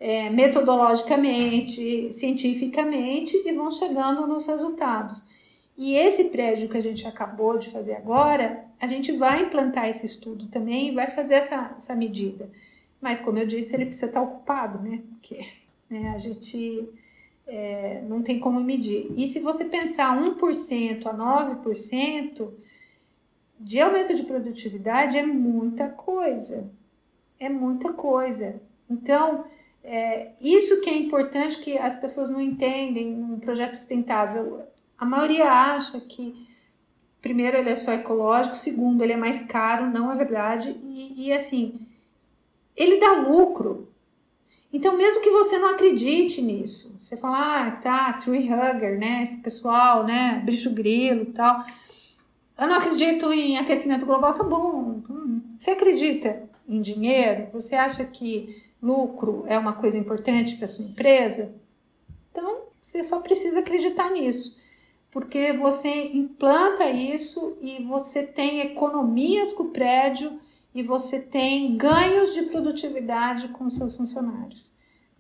metodologicamente, cientificamente e vão chegando nos resultados. E esse prédio que a gente acabou de fazer agora, a gente vai implantar esse estudo também e vai fazer essa medida. Mas, como eu disse, ele precisa estar ocupado, né? Porque a gente não tem como medir. E se você pensar 1% a 9% de aumento de produtividade, é muita coisa. É muita coisa. Então, isso que é importante, que as pessoas não entendem num projeto sustentável. A maioria acha que, primeiro, ele é só ecológico, segundo, ele é mais caro, não é verdade. E assim, ele dá lucro. Então, mesmo que você não acredite nisso, você fala, tree hugger, né? Esse pessoal, né? Bicho grilo e tal. Eu não acredito em aquecimento global, tá bom. Você acredita em dinheiro? Você acha que lucro é uma coisa importante para sua empresa? Então, você só precisa acreditar nisso. Porque você implanta isso e você tem economias com o prédio e você tem ganhos de produtividade com os seus funcionários.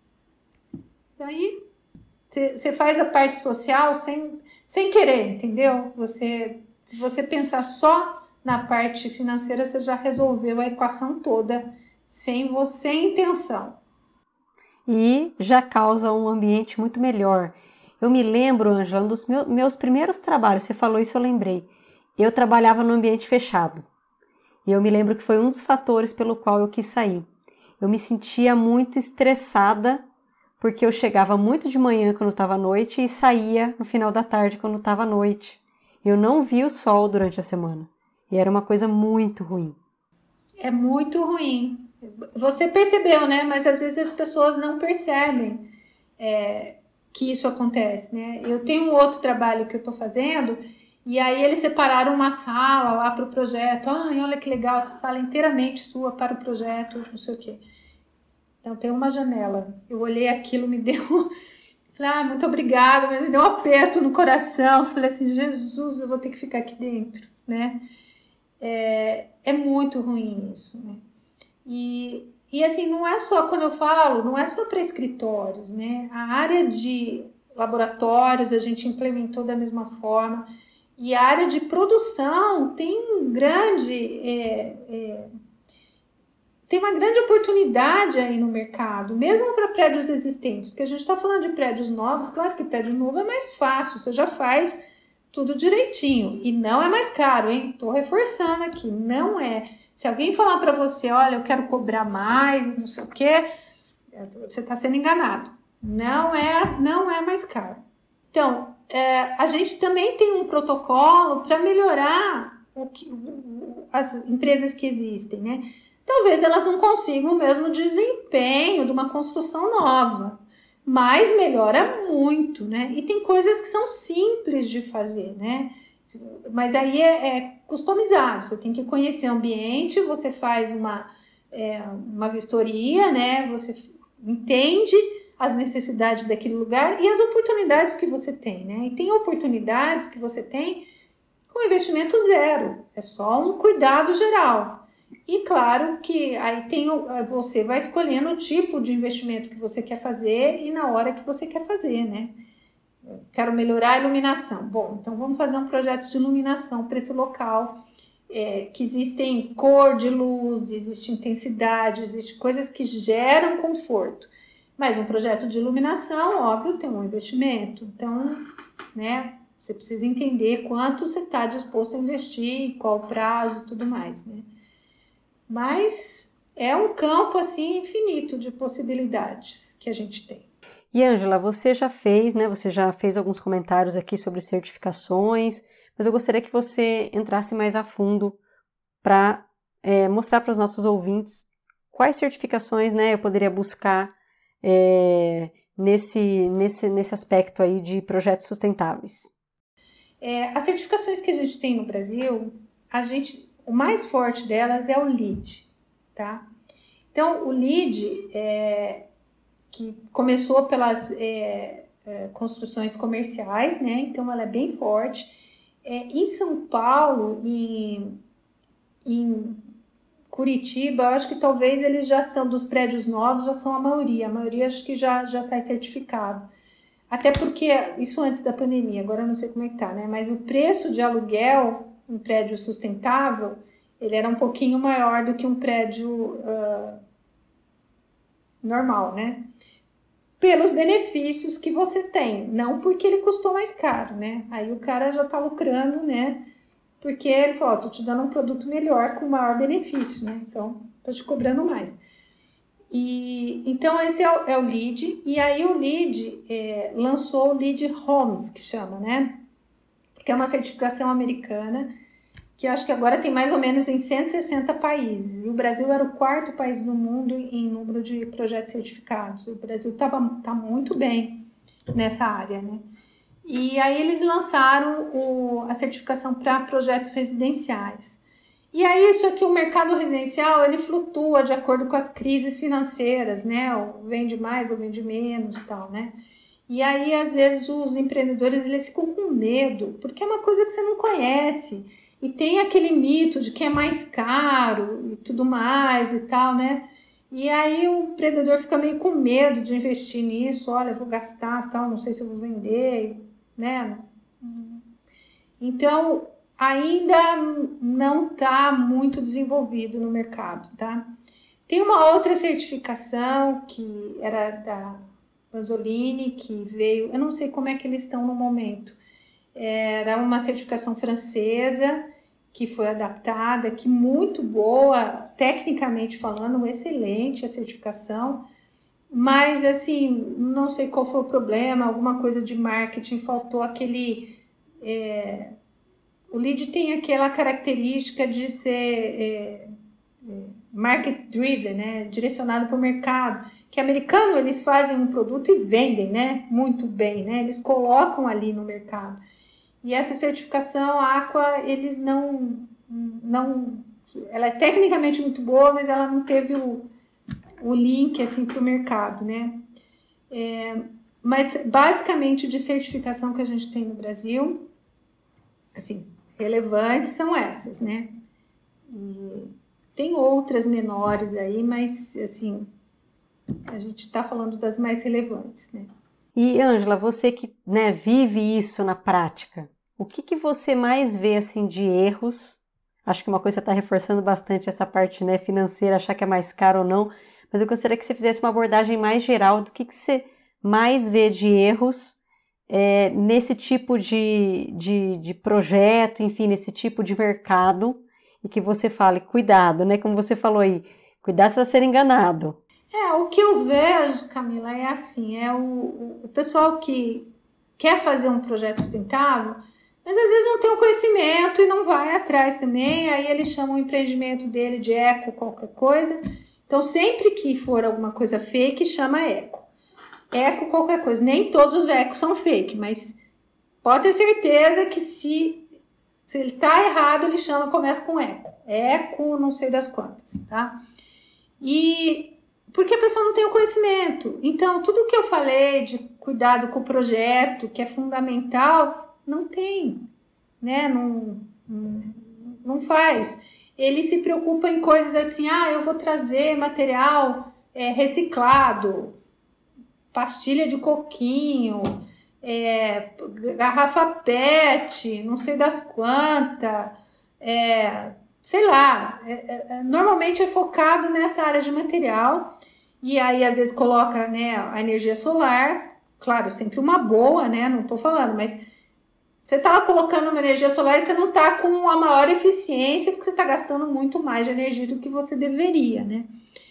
Daí, você faz a parte social sem querer, entendeu? Se você pensar só na parte financeira, você já resolveu a equação toda, sem intenção. E já causa um ambiente muito melhor. Eu me lembro, Ângela, um dos meus primeiros trabalhos, você falou isso, eu lembrei. Eu trabalhava no ambiente fechado. E eu me lembro que foi um dos fatores pelo qual eu quis sair. Eu me sentia muito estressada, porque eu chegava muito de manhã quando estava à noite e saía no final da tarde quando estava à noite. Eu não via o sol durante a semana. E era uma coisa muito ruim. É muito ruim. Você percebeu, né? Mas às vezes as pessoas não percebem que isso acontece, né? Eu tenho um outro trabalho que eu estou fazendo. E aí eles separaram uma sala lá para o projeto. Ai, olha que legal, essa sala é inteiramente sua para o projeto, não sei o quê. Então tem uma janela. Eu olhei aquilo, me deu... Falei, muito obrigada, mas me deu um aperto no coração. Falei assim, Jesus, eu vou ter que ficar aqui dentro, né? É muito ruim isso, né? E assim, não é só, quando eu falo, não é só para escritórios, né? A área de laboratórios a gente implementou da mesma forma. E a área de produção tem uma grande oportunidade aí no mercado, mesmo para prédios existentes, porque a gente está falando de prédios novos. Claro que prédio novo é mais fácil, você já faz tudo direitinho e não é mais caro, hein? Tô reforçando aqui, não é. Se alguém falar para você, olha, eu quero cobrar mais, não sei o quê, você está sendo enganado. Não é mais caro. Então, a gente também tem um protocolo para melhorar as empresas que existem, né? talvez elas não consigam o mesmo desempenho de uma construção nova, mas melhora muito, né? E tem coisas que são simples de fazer, né? Mas aí é customizado, você tem que conhecer o ambiente, você faz uma vistoria, né? Você entende as necessidades daquele lugar e as oportunidades que você tem, né? E tem oportunidades que você tem com investimento zero, é só um cuidado geral. E claro que aí você vai escolhendo o tipo de investimento que você quer fazer e na hora que você quer fazer, né? Quero melhorar a iluminação. Bom, então vamos fazer um projeto de iluminação para esse local, que existem cor de luz, existe intensidade, existe coisas que geram conforto. Mas um projeto de iluminação, óbvio, tem um investimento. Então, né, você precisa entender quanto você está disposto a investir, qual prazo e tudo mais, né? Mas é um campo, assim, infinito de possibilidades que a gente tem. E, Ângela, você já fez, né? Você já fez alguns comentários aqui sobre certificações, mas eu gostaria que você entrasse mais a fundo para mostrar para os nossos ouvintes quais certificações, né, eu poderia buscar nesse aspecto aí de projetos sustentáveis. As certificações que a gente tem no Brasil, o mais forte delas é o LEED, tá? Então, o LEED que começou pelas construções comerciais, né? Então, ela é bem forte. Em São Paulo, em Curitiba, eu acho que talvez eles já são, dos prédios novos, já são a maioria acho que já sai certificado. Até porque, isso antes da pandemia, agora eu não sei como é que tá, né? Mas o preço de aluguel em prédio sustentável, ele era um pouquinho maior do que um prédio normal, né? Pelos benefícios que você tem, não porque ele custou mais caro, né? Aí o cara já tá lucrando, né? Porque ele falou, tô te dando um produto melhor com maior benefício, né? Então, tô te cobrando mais. Então, esse é o LEED. E aí o LEED lançou o LEED Homes, que chama, né? Porque é uma certificação americana, que eu acho que agora tem mais ou menos em 160 países. E o Brasil era o 4º país do mundo em número de projetos certificados. O Brasil tá muito bem nessa área, né? E aí eles lançaram a certificação para projetos residenciais. E aí isso aqui, o mercado residencial, ele flutua de acordo com as crises financeiras, né? Ou vende mais ou vende menos e tal, né? E aí, às vezes, os empreendedores, eles ficam com medo, porque é uma coisa que você não conhece. E tem aquele mito de que é mais caro e tudo mais e tal, né? E aí o empreendedor fica meio com medo de investir nisso. Olha, eu vou gastar, tal, não sei se eu vou vender, né? Então, ainda não está muito desenvolvido no mercado, tá? Tem uma outra certificação que era da Banzolini, que veio, eu não sei como é que eles estão no momento. Era uma certificação francesa que foi adaptada, que muito boa, tecnicamente falando, excelente a certificação, mas assim, não sei qual foi o problema, alguma coisa de marketing, faltou aquele... o LEED tem aquela característica de ser market driven, né? Direcionado para o mercado, que americano eles fazem um produto e vendem, né? Muito bem, né? Eles colocam ali no mercado. E essa certificação Aqua, eles não ela é tecnicamente muito boa, mas ela não teve o link assim para o mercado, né? Mas basicamente de certificação que a gente tem no Brasil, assim, relevantes são essas, né? E tem outras menores aí, mas assim, a gente está falando das mais relevantes, né? E, Ângela, você que, né, vive isso na prática, o que você mais vê assim de erros? Acho que uma coisa está reforçando bastante essa parte, né, financeira, achar que é mais caro ou não, mas eu gostaria que você fizesse uma abordagem mais geral do que você mais vê de erros nesse tipo de projeto, enfim, nesse tipo de mercado, e que você fale, cuidado, né, como você falou aí, cuidado se você ser enganado. O que eu vejo, Camila, é assim, o pessoal que quer fazer um projeto sustentável, Mas às vezes não tem o conhecimento e não vai atrás também, aí ele chama o empreendimento dele de eco qualquer coisa. Então sempre que for alguma coisa fake, chama eco. Eco qualquer coisa. Nem todos os ecos são fake, mas pode ter certeza que se ele tá errado, ele começa com eco. Eco, não sei das quantas, tá? E porque a pessoa não tem o conhecimento. Então, tudo que eu falei de cuidado com o projeto, que é fundamental, não tem, né? Não faz. Ele se preocupa em coisas assim, eu vou trazer material reciclado, pastilha de coquinho, garrafa PET, não sei das quantas, sei lá, normalmente é focado nessa área de material, e aí às vezes coloca, né, a energia solar, claro, sempre uma boa, né, não tô falando, mas você tá lá colocando uma energia solar e você não tá com a maior eficiência, porque você tá gastando muito mais de energia do que você deveria, né.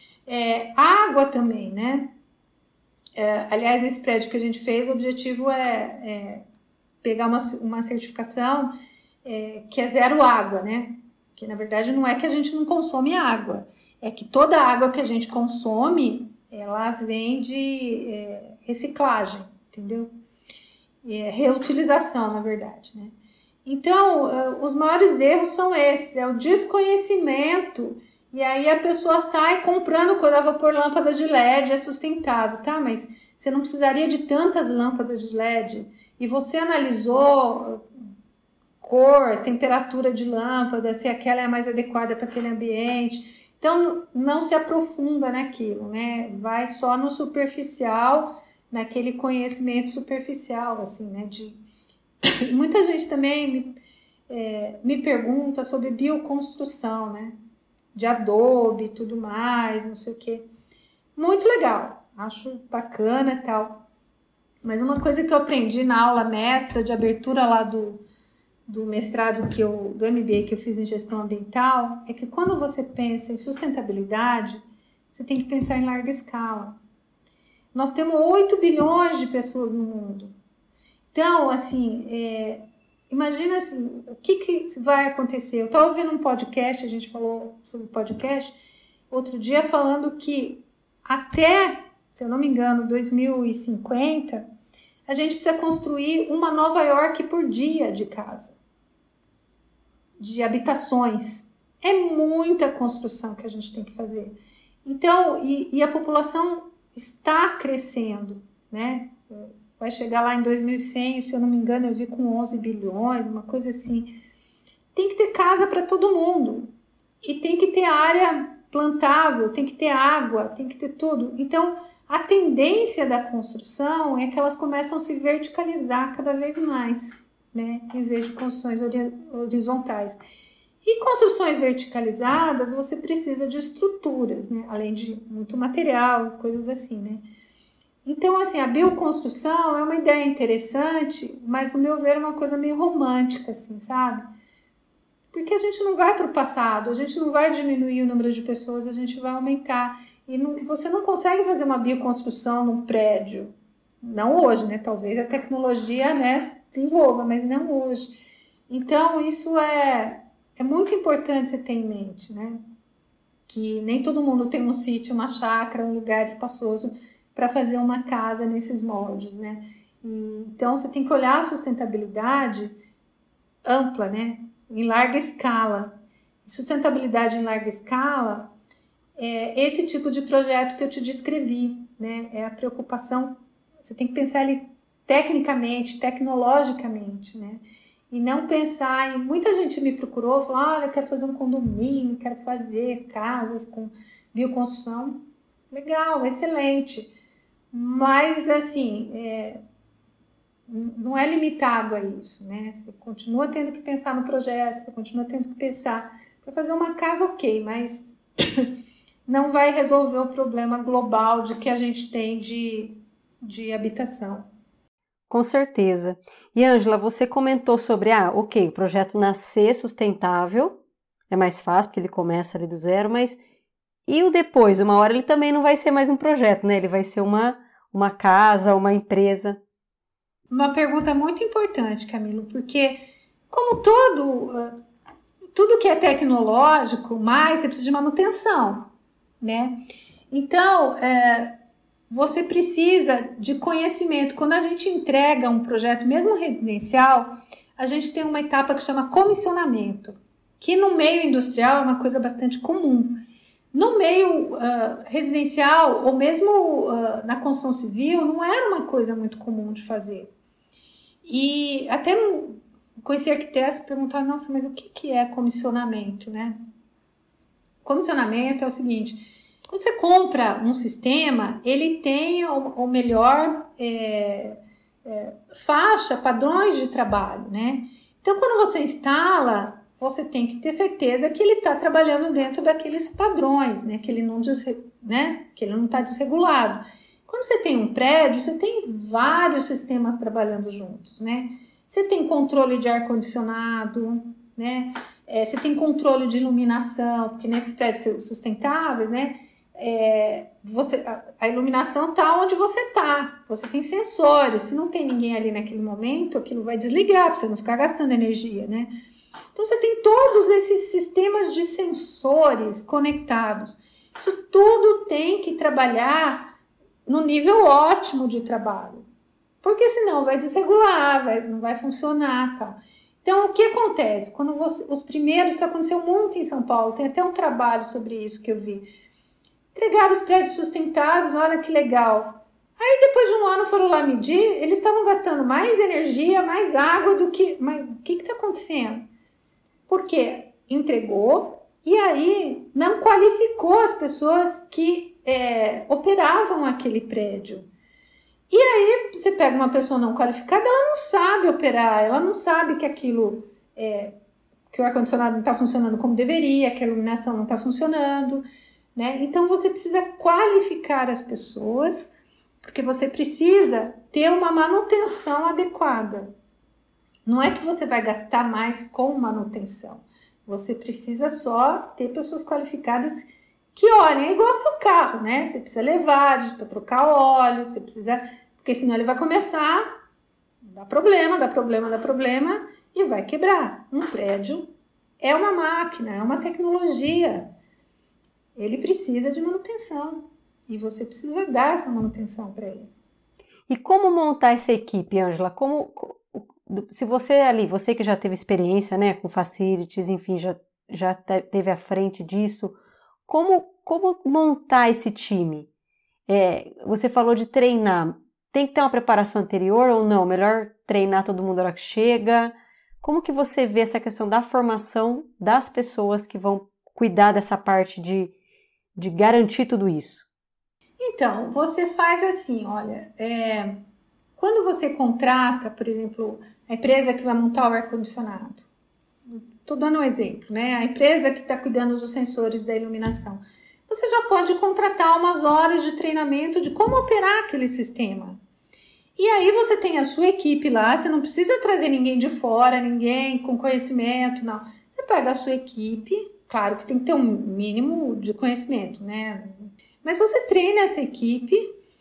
Água também, né. Aliás, esse prédio que a gente fez, o objetivo é pegar uma certificação que é zero água, né? Que na verdade não é que a gente não consome água, é que toda a água que a gente consome, ela vem de reciclagem, entendeu? Reutilização, na verdade, né? Então, os maiores erros são esses, é o desconhecimento. E aí a pessoa sai comprando coisa, vou pôr lâmpada de LED, é sustentável, tá? Mas você não precisaria de tantas lâmpadas de LED. E você analisou cor, temperatura de lâmpada, se aquela é a mais adequada para aquele ambiente. Então, não se aprofunda naquilo, né? Vai só no superficial, naquele conhecimento superficial, assim, né? Muita gente também me pergunta sobre bioconstrução, né? De adobe e tudo mais, não sei o que. Muito legal, acho bacana e tal. Mas uma coisa que eu aprendi na aula mestra de abertura lá do mestrado do MBA que eu fiz em gestão ambiental, é que quando você pensa em sustentabilidade, você tem que pensar em larga escala. Nós temos 8 bilhões de pessoas no mundo. Então, assim, imagina assim, o que vai acontecer. Eu estava ouvindo um podcast, a gente falou sobre podcast, outro dia falando que até, se eu não me engano, 2050, a gente precisa construir uma Nova York por dia de casa, de habitações. É muita construção que a gente tem que fazer. Então, e a população está crescendo, né? Vai chegar lá em 2100, se eu não me engano, eu vi com 11 bilhões, uma coisa assim. Tem que ter casa para todo mundo. E tem que ter área plantável, tem que ter água, tem que ter tudo. Então, a tendência da construção é que elas começam a se verticalizar cada vez mais, né? Em vez de construções horizontais. E construções verticalizadas, você precisa de estruturas, né? Além de muito material, coisas assim, né? Então, assim, a bioconstrução é uma ideia interessante, mas, no meu ver, é uma coisa meio romântica, assim, sabe? Porque a gente não vai para o passado, a gente não vai diminuir o número de pessoas, a gente vai aumentar. E você não consegue fazer uma bioconstrução num prédio. Não hoje, né? Talvez a tecnologia, né, desenvolva, mas não hoje. Então, isso é muito importante você ter em mente, né? Que nem todo mundo tem um sítio, uma chácara, um lugar espaçoso para fazer uma casa nesses moldes, né? Então, você tem que olhar a sustentabilidade ampla, né? Em larga escala. Sustentabilidade em larga escala é esse tipo de projeto que eu te descrevi, né? É a preocupação, você tem que pensar ali tecnicamente, tecnologicamente, né? E não pensar em... Muita gente me procurou, falou, olha, eu quero fazer um condomínio, quero fazer casas com bioconstrução. Legal, excelente. Mas, assim, não é limitado a isso, né? Você continua tendo que pensar no projeto, você continua tendo que pensar para fazer uma casa, ok, mas não vai resolver o problema global de que a gente tem de habitação. Com certeza. E, Ângela, você comentou sobre, ok, o projeto nascer sustentável, é mais fácil porque ele começa ali do zero, mas e o depois? Uma hora ele também não vai ser mais um projeto, né? Ele vai ser uma casa, uma empresa. Uma pergunta muito importante, Camilo, porque Como tudo que é tecnológico, mais você precisa de manutenção, né? Então, você precisa de conhecimento. Quando a gente entrega um projeto, mesmo residencial, a gente tem uma etapa que chama comissionamento, que no meio industrial é uma coisa bastante comum. No meio residencial, ou mesmo na construção civil, não era uma coisa muito comum de fazer. E até conheci arquitetos que perguntaram, nossa, mas o que é comissionamento, né? Comissionamento é o seguinte, quando você compra um sistema, ele tem o melhor faixa, padrões de trabalho, né? Então, quando você instala, você tem que ter certeza que ele está trabalhando dentro daqueles padrões, né? Que ele não está desregulado. Quando você tem um prédio, você tem vários sistemas trabalhando juntos, né? Você tem controle de ar-condicionado, né? Você tem controle de iluminação, porque nesses prédios sustentáveis, né? A iluminação está onde você está. Você tem sensores. Se não tem ninguém ali naquele momento, aquilo vai desligar para você não ficar gastando energia, né? Então você tem todos esses sistemas de sensores conectados. Isso tudo tem que trabalhar no nível ótimo de trabalho, porque senão vai desregular, não vai funcionar, tal. Então, o que acontece? Quando os primeiros, isso aconteceu muito em São Paulo, tem até um trabalho sobre isso que eu vi. Entregaram os prédios sustentáveis, olha que legal. Aí, depois de um ano, foram lá medir, eles estavam gastando mais energia, mais água do que... Mas o que está acontecendo? Porque entregou e aí não qualificou as pessoas que operavam aquele prédio. E aí você pega uma pessoa não qualificada, ela não sabe operar, ela não sabe que aquilo, que o ar-condicionado não está funcionando como deveria, que a iluminação não está funcionando, né? Então você precisa qualificar as pessoas, porque você precisa ter uma manutenção adequada. Não é que você vai gastar mais com manutenção. Você precisa só ter pessoas qualificadas que olhem. É igual ao seu carro, né? Você precisa levar para trocar óleo, você precisa... Porque senão ele vai começar a dar problema e vai quebrar. Um prédio é uma máquina, é uma tecnologia. Ele precisa de manutenção. E você precisa dar essa manutenção para ele. E como montar essa equipe, Ângela? Se você que já teve experiência, né, com facilities, enfim, já teve à frente disso, como montar esse time? Você falou de treinar, tem que ter uma preparação anterior ou não? Melhor treinar todo mundo na hora que chega? Como que você vê essa questão da formação das pessoas que vão cuidar dessa parte de garantir tudo isso? Então, você faz assim, olha, quando você contrata, por exemplo, a empresa que vai montar o ar-condicionado, estou dando um exemplo, né? A empresa que está cuidando dos sensores da iluminação, você já pode contratar umas horas de treinamento de como operar aquele sistema. E aí você tem a sua equipe lá, você não precisa trazer ninguém de fora, ninguém com conhecimento, não. Você pega a sua equipe, claro que tem que ter um mínimo de conhecimento, né? Mas você treina essa equipe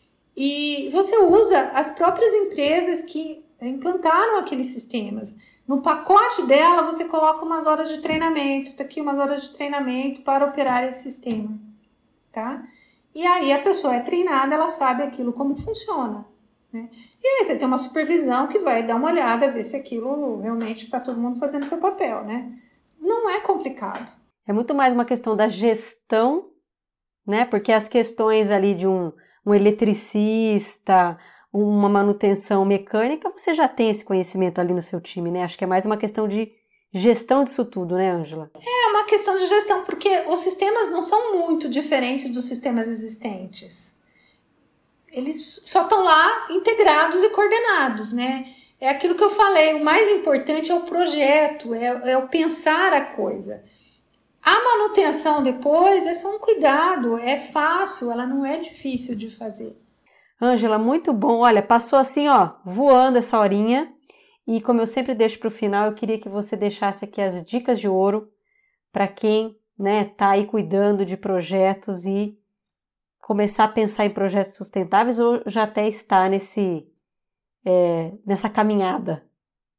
e você usa as próprias empresas que implantaram aqueles sistemas. No pacote dela, você coloca umas horas de treinamento. Tá aqui umas horas de treinamento para operar esse sistema, tá? E aí a pessoa é treinada, ela sabe aquilo como funciona, né? E aí você tem uma supervisão que vai dar uma olhada, ver se aquilo realmente está todo mundo fazendo o seu papel, né? Não é complicado. É muito mais uma questão da gestão, né? Porque as questões ali de um eletricista, uma manutenção mecânica, você já tem esse conhecimento ali no seu time, né? Acho que é mais uma questão de gestão disso tudo, né, Ângela? É uma questão de gestão, porque os sistemas não são muito diferentes dos sistemas existentes. Eles só estão lá integrados e coordenados, né? É aquilo que eu falei, o mais importante é o projeto, é o pensar a coisa. A manutenção depois é só um cuidado, é fácil, ela não é difícil de fazer. Ângela, muito bom. Olha, passou assim, ó, voando essa horinha. E como eu sempre deixo para o final, eu queria que você deixasse aqui as dicas de ouro para quem, né, tá aí cuidando de projetos e começar a pensar em projetos sustentáveis ou já até está nessa caminhada.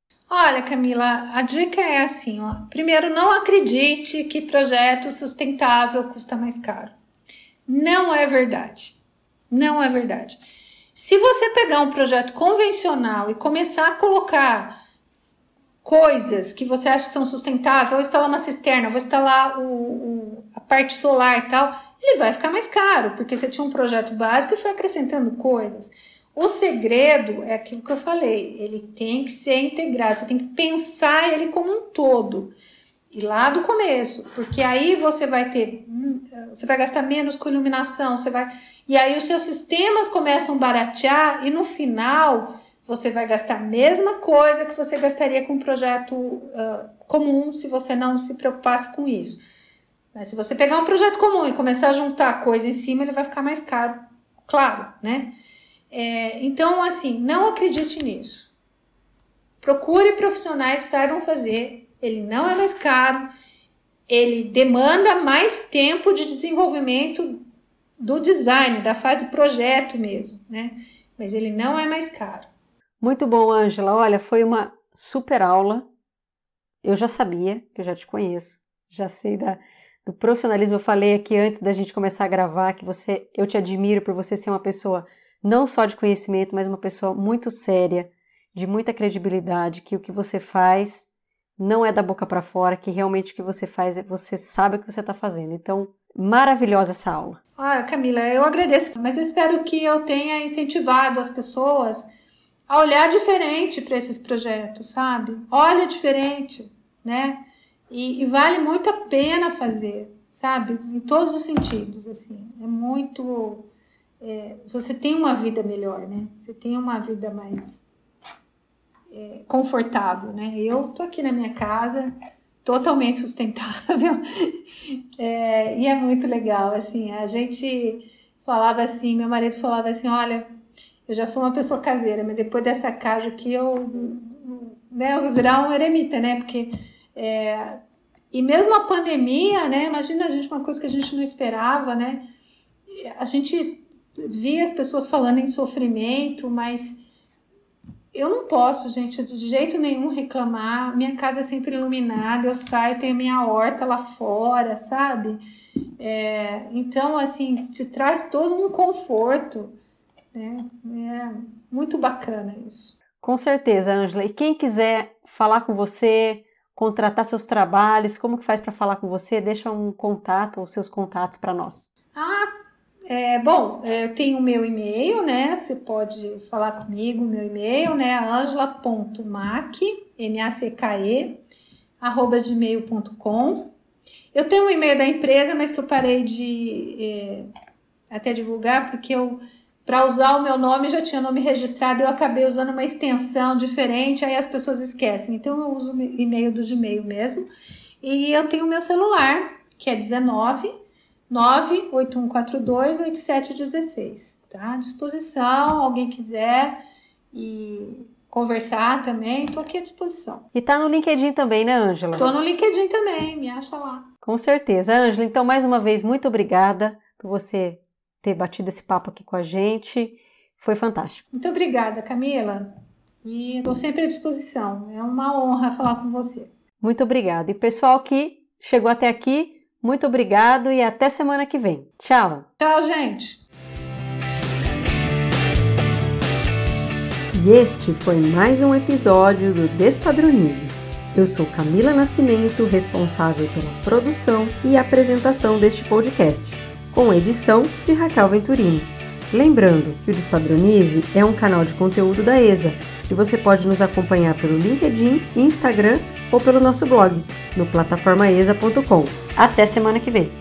Olha, Camila, a dica é assim, ó. Primeiro, não acredite que projeto sustentável custa mais caro. Não é verdade. Não é verdade. Se você pegar um projeto convencional e começar a colocar coisas que você acha que são sustentáveis, vou instalar uma cisterna, vou instalar a parte solar e tal, ele vai ficar mais caro, porque você tinha um projeto básico e foi acrescentando coisas. O segredo é aquilo que eu falei, ele tem que ser integrado, você tem que pensar ele como um todo. E lá do começo, porque aí você vai gastar menos com iluminação, e aí os seus sistemas começam a baratear e no final você vai gastar a mesma coisa que você gastaria com um projeto comum se você não se preocupasse com isso. Mas se você pegar um projeto comum e começar a juntar coisa em cima, ele vai ficar mais caro, claro, né? Então, assim, não acredite nisso. Procure profissionais que saibam fazer. Ele não é mais caro, ele demanda mais tempo de desenvolvimento do design, da fase projeto mesmo, né? Mas ele não é mais caro. Muito bom, Ângela. Olha, foi uma super aula. Eu já sabia, que eu já te conheço, já sei do profissionalismo. Eu falei aqui antes da gente começar a gravar que eu te admiro por você ser uma pessoa não só de conhecimento, mas uma pessoa muito séria, de muita credibilidade, que o que você faz não é da boca para fora, que realmente o que você faz, você sabe o que você está fazendo. Então, maravilhosa essa aula. Camila, eu agradeço, mas eu espero que eu tenha incentivado as pessoas a olhar diferente para esses projetos, sabe? Olha diferente, né? E vale muito a pena fazer, sabe? Em todos os sentidos, assim. É muito... você tem uma vida melhor, né? Você tem uma vida mais... confortável, né? Eu tô aqui na minha casa, totalmente sustentável, e é muito legal, assim, a gente falava assim, meu marido falava assim, olha, eu já sou uma pessoa caseira, mas depois dessa casa aqui eu vou virar um eremita, né? Porque, e mesmo a pandemia, né? Imagina a gente, uma coisa que a gente não esperava, né? A gente via as pessoas falando em sofrimento, mas eu não posso, gente, de jeito nenhum reclamar. Minha casa é sempre iluminada, eu saio, tenho a minha horta lá fora, sabe? Então, assim, te traz todo um conforto, né? É muito bacana isso. Com certeza, Ângela. E quem quiser falar com você, contratar seus trabalhos, como que faz para falar com você? Deixa um contato, os seus contatos para nós. Bom, eu tenho o meu e-mail, né? Você pode falar comigo, meu e-mail, né? angela.macke@gmail.com. Eu tenho um e-mail da empresa, mas que eu parei de até divulgar, porque para usar o meu nome, já tinha nome registrado, eu acabei usando uma extensão diferente, aí as pessoas esquecem. Então, eu uso o e-mail do Gmail mesmo. E eu tenho o meu celular, que é 98142-8716, tá? À disposição, alguém quiser e conversar também, tô aqui à disposição. E tá no LinkedIn também, né, Ângela? Tô no LinkedIn também, me acha lá. Com certeza. Ângela, então, mais uma vez, muito obrigada por você ter batido esse papo aqui com a gente. Foi fantástico. Muito obrigada, Camila. E estou sempre à disposição. É uma honra falar com você. Muito obrigada. E pessoal que chegou até aqui, muito obrigado e até semana que vem. Tchau. Tchau, gente. E este foi mais um episódio do Despadronize. Eu sou Camila Nascimento, responsável pela produção e apresentação deste podcast, com edição de Raquel Venturini. Lembrando que o Despadronize é um canal de conteúdo da ESA e você pode nos acompanhar pelo LinkedIn, Instagram ou pelo nosso blog, no plataformaesa.com. Até semana que vem!